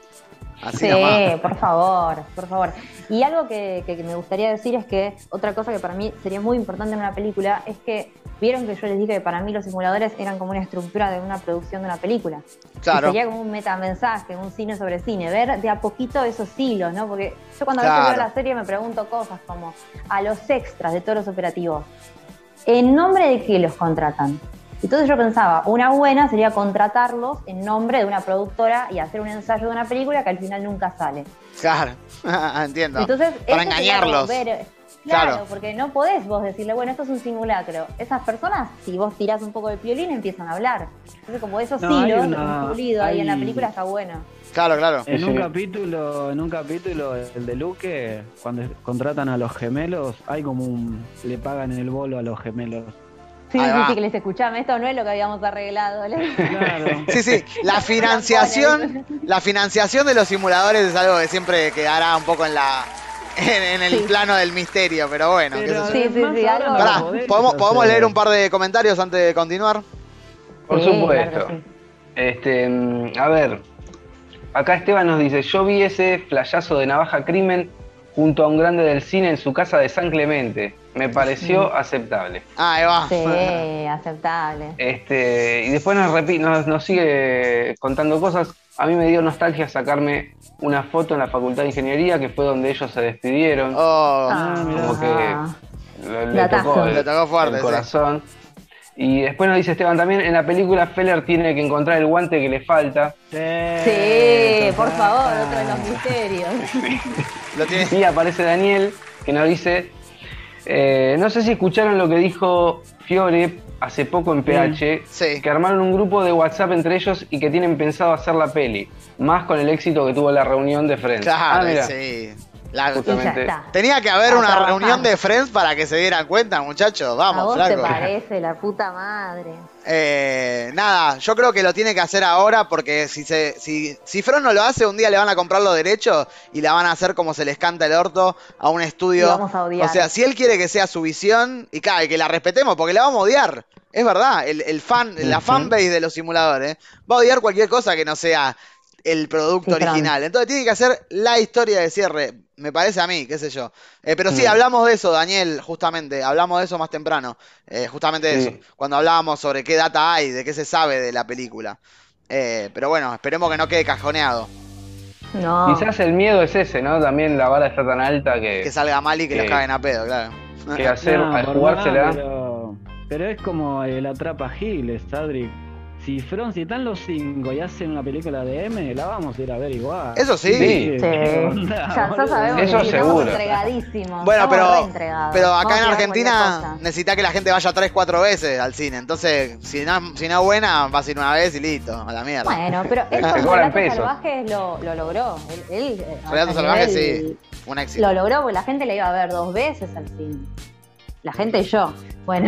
Así Sí, nomás. por favor, por favor. Y algo que me gustaría decir es que otra cosa que para mí sería muy importante en una película es que vieron que yo les dije que para mí los simuladores eran como una estructura de una producción de una película. Claro. Y sería como un metamensaje, un cine sobre cine, ver de a poquito esos hilos, ¿no? Porque yo cuando a Claro. veces veo la serie me pregunto cosas como a los extras de todos los operativos, ¿en nombre de qué los contratan? Entonces yo pensaba, una buena sería contratarlos en nombre de una productora y hacer un ensayo de una película que al final nunca sale. Claro. Entiendo. Entonces, Para eso sería engañarlos. Claro, Claro. porque no podés vos decirle, bueno, esto es un simulacro. Esas personas, si vos tirás un poco de piolín, empiezan a hablar. Entonces, como esos No, hay hilos, una- un pulido ahí en la hay- película está bueno. Claro, claro. En Sí. un capítulo, el de Luque, cuando contratan a los gemelos, hay como le pagan el bolo a los gemelos. Sí, Ahí sí, va. sí, que les escuchame, esto no es lo que habíamos arreglado. Claro. Sí, sí, la financiación de los simuladores es algo que siempre quedará un poco en el Sí. plano del misterio, pero bueno, qué sé yo. Sí, sí, sí, algo- Pará, podés ¿podemos hacer. leer un par de comentarios antes de continuar? por Sí, supuesto. claro que A ver, acá Esteban nos dice, yo vi ese flayazo de Navaja Crimen junto a un grande del cine en su casa de San Clemente. Me pareció aceptable. Ah, ahí va. Sí, aceptable. Y después nos sigue contando cosas. A mí me dio nostalgia sacarme una foto en la Facultad de Ingeniería, que fue donde ellos se despidieron. Oh, mirá. Como que le Datazo. tocó, Le tocó fuerte, el sí. corazón. Y después nos dice Esteban también, en la película Feller tiene que encontrar el guante que le falta. Sí, por favor, otro de los misterios. lo tiene. Y aparece Daniel, que nos dice, no sé si escucharon lo que dijo Fiore hace poco en PH, Sí. que armaron un grupo de WhatsApp entre ellos y que tienen pensado hacer la peli, más con el éxito que tuvo la reunión de Friends. Claro, mira. sí. Y ya Justamente. está. Tenía que haber A una trabajar. reunión de Friends para que se dieran cuenta, muchachos. ¿A Vamos, vos te flaco. parece la puta madre? Nada, yo creo que lo tiene que hacer ahora porque si Fron no lo hace, un día le van a comprar los derechos y la van a hacer como se les canta el orto a un estudio. Y vamos a odiar. O sea, si él quiere que sea su visión, y claro, y que la respetemos, porque la vamos a odiar. Es verdad, la fanbase de los simuladores va a odiar cualquier cosa que no sea el producto Sí, Fran. original. Entonces tiene que hacer la historia de cierre, me parece a mí, qué sé yo. Pero sí, hablamos de eso, Daniel, justamente, hablamos de eso más temprano. Justamente de Sí. eso, cuando hablábamos sobre qué data hay, de qué se sabe de la película. Pero bueno, esperemos que no quede cajoneado, No. Quizás el miedo es ese, ¿no? También la vara está tan alta que salga mal y que los caguen a pedo, claro. que hacer, No, al por jugársela. nada, pero es como el atrapa Giles, Adri. Si están los 5 y hacen una película de M, la vamos a ir a ver igual. Eso sí. Sí. ¿Qué onda, Ya boludo? sabemos Eso que estamos seguro. entregadísimos. Bueno, estamos pero reentregados. acá Vamos en a tirar Argentina cualquier cosa. necesita que la gente vaya 3-4 veces al cine. Entonces, si no es buena, vas a ir una vez y listo, a la mierda. Bueno, pero él Se con cobran Relatos pesos. Salvajes lo logró. Él Relatos a Salvajes, nivel- sí, un éxito. Lo logró porque la gente le iba a ver 2 veces al cine. La gente y yo. Bueno.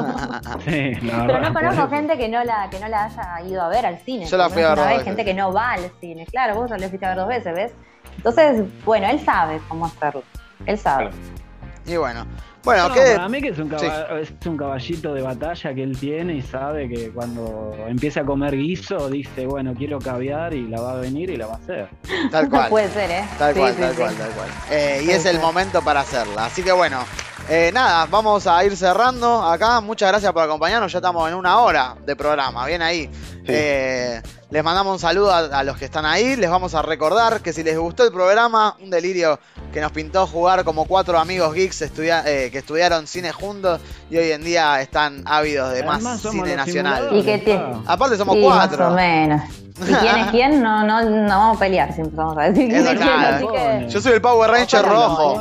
Sí, la Pero verdad, no conozco por eso. gente que no la haya ido a ver al cine. Yo la Por fui lo a menos ver una 2 vez, gente veces. que no va al cine. Claro, vos lo fuiste a ver 2 veces, ¿ves? Entonces, bueno, él sabe cómo hacerlo. Él sabe. Y bueno, bueno, No, ¿qué? para mí que es un caballito de batalla que él tiene y sabe que cuando empiece a comer guiso dice, bueno, quiero caviar y la va a venir y la va a hacer. Tal cual. Puede ser, ¿eh? Tal Sí, cual, sí, tal sí. cual, tal cual. Y es el momento para hacerla. Así que bueno, nada, vamos a ir cerrando acá. Muchas gracias por acompañarnos. Ya estamos en 1 hora de programa. Bien ahí. Sí. Les mandamos un saludo a los que están ahí. Les vamos a recordar que si les gustó el programa, un delirio que nos pintó jugar como 4 amigos geeks que estudiaron cine juntos y hoy en día están ávidos de Además, más somos cine los nacional. Y que Aparte somos sí, 4. más o menos. ¿Y quién es quién? No vamos a pelear, siempre vamos a decir quién Eso, es quién, claro. así que... Yo soy el Power Ranger Ojalá rojo.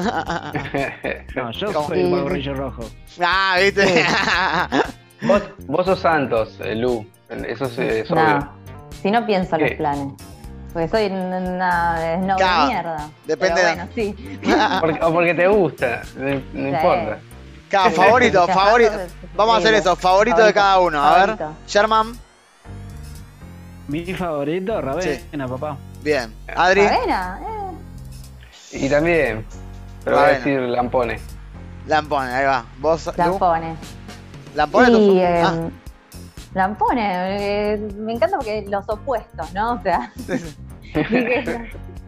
No, yo ¿Cómo? soy el Power Ranger rojo. Ah, ¿viste? Vos sos Santos, Lu. Eso es obvio. No, si no pienso en ¿Qué? los planes. Porque soy una snob Claro, de mierda. depende Pero de- bueno, sí. O porque te gusta, no importa. Cada favorito, Ya, favorito. entonces, Vamos a hacer eso, favorito de cada uno. A ver, favorito. Sherman, Mi favorito, Ravena, papá. bien. Adri, Ravena, Y también, pero voy a Bueno. decir Lampone. Lampone, ahí va. Vos, Lu, Lampone. Lampone, Y ah, Lampone, me encanta porque los opuestos, ¿no? O sea, dije,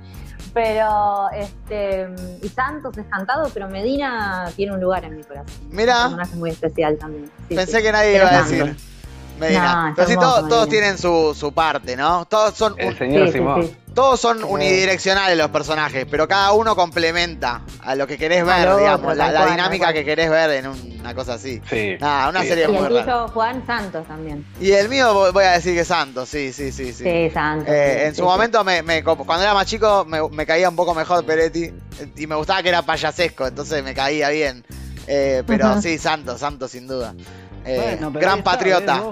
pero y Santos es cantado, pero Medina tiene un lugar en mi corazón. Mira. Un personaje muy especial también. Sí, pensé sí. que nadie Pero iba a Santos. decir Medina. No, Pero sí, está hermoso, todos Medina. tienen su parte, ¿no? Todos son, El señor Sí, sí, Simón. sí. todos son unidireccionales los personajes, pero cada uno complementa a lo que querés ver, lo digamos, otro, la tal cual, dinámica tal cual. que querés ver en una cosa así. Sí. Nada, una Sí. serie Y muy el rara. tuyo, Juan Santos también. Y el mío voy a decir que Santos, sí. Sí, Santos. En sí, su sí. momento, cuando era más chico, me caía un poco mejor Peretti. Y me gustaba que era payasesco, entonces me caía bien. Pero Ujú. sí, Santos sin duda. Bueno, pero Gran ahí está, patriota. ¿ves?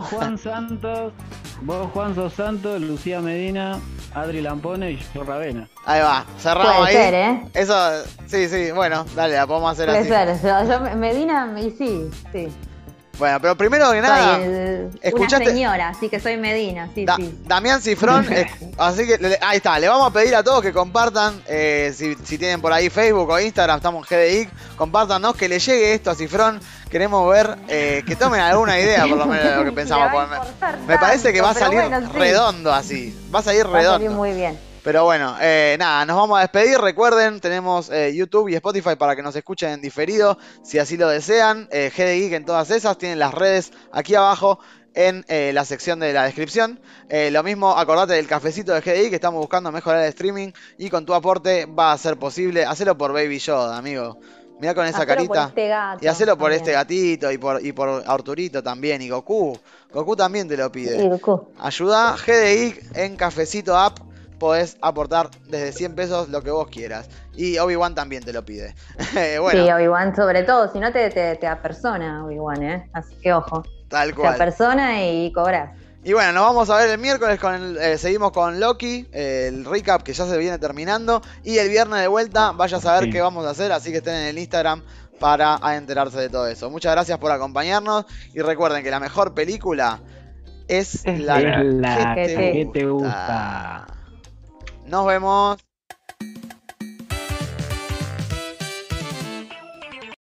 Vos Juan sos Santos, Lucía Medina, Adri Lampone y yo Ravena. Ahí va, cerramos Puede ahí. ser, ¿eh? Eso, sí, bueno, dale, la podemos hacer Puede así. ser. Yo Medina, y sí. Bueno, pero primero que nada, escuchaste- una señora, así que soy Medina, sí. Damián Cifrón, así que ahí está, le vamos a pedir a todos que compartan, si tienen por ahí Facebook o Instagram, estamos en GDI, compártanos, que le llegue esto a Cifrón, queremos ver, que tomen alguna idea por lo menos de lo que pensamos. Le va a porque importar me parece que va a tanto, salir pero bueno, sí. redondo así, va a salir Va a salir redondo. muy bien. Pero bueno, nada, nos vamos a despedir. Recuerden, tenemos YouTube y Spotify para que nos escuchen en diferido, si así lo desean. GD Geek en todas esas, tienen las redes aquí abajo en la sección de la descripción. Lo mismo, acordate del cafecito de GD Geek, que estamos buscando mejorar el streaming y con tu aporte va a ser posible. Hacelo por Baby Yoda, amigo. Mirá con esa Hacelo carita. por este gato Y hacelo por también. este gatito y por Arturito también. Y Goku. Goku también te lo pide. Sí, Goku. Ayuda GD Geek en Cafecito App. Podés aportar desde 100 pesos lo que vos quieras. Y Obi-Wan también te lo pide. Bueno, Sí, Obi-Wan sobre todo, si no te apersona Obi-Wan, ¿eh? Así que ojo, tal te cual. apersona y cobras. Y bueno, nos vamos a ver el miércoles seguimos con Loki, el recap que ya se viene terminando. Y el viernes de vuelta, vaya a saber Sí. qué vamos a hacer. Así que estén en el Instagram para enterarse de todo eso. Muchas gracias por acompañarnos. Y recuerden que la mejor película es la Es la que que te gusta. Nos vemos.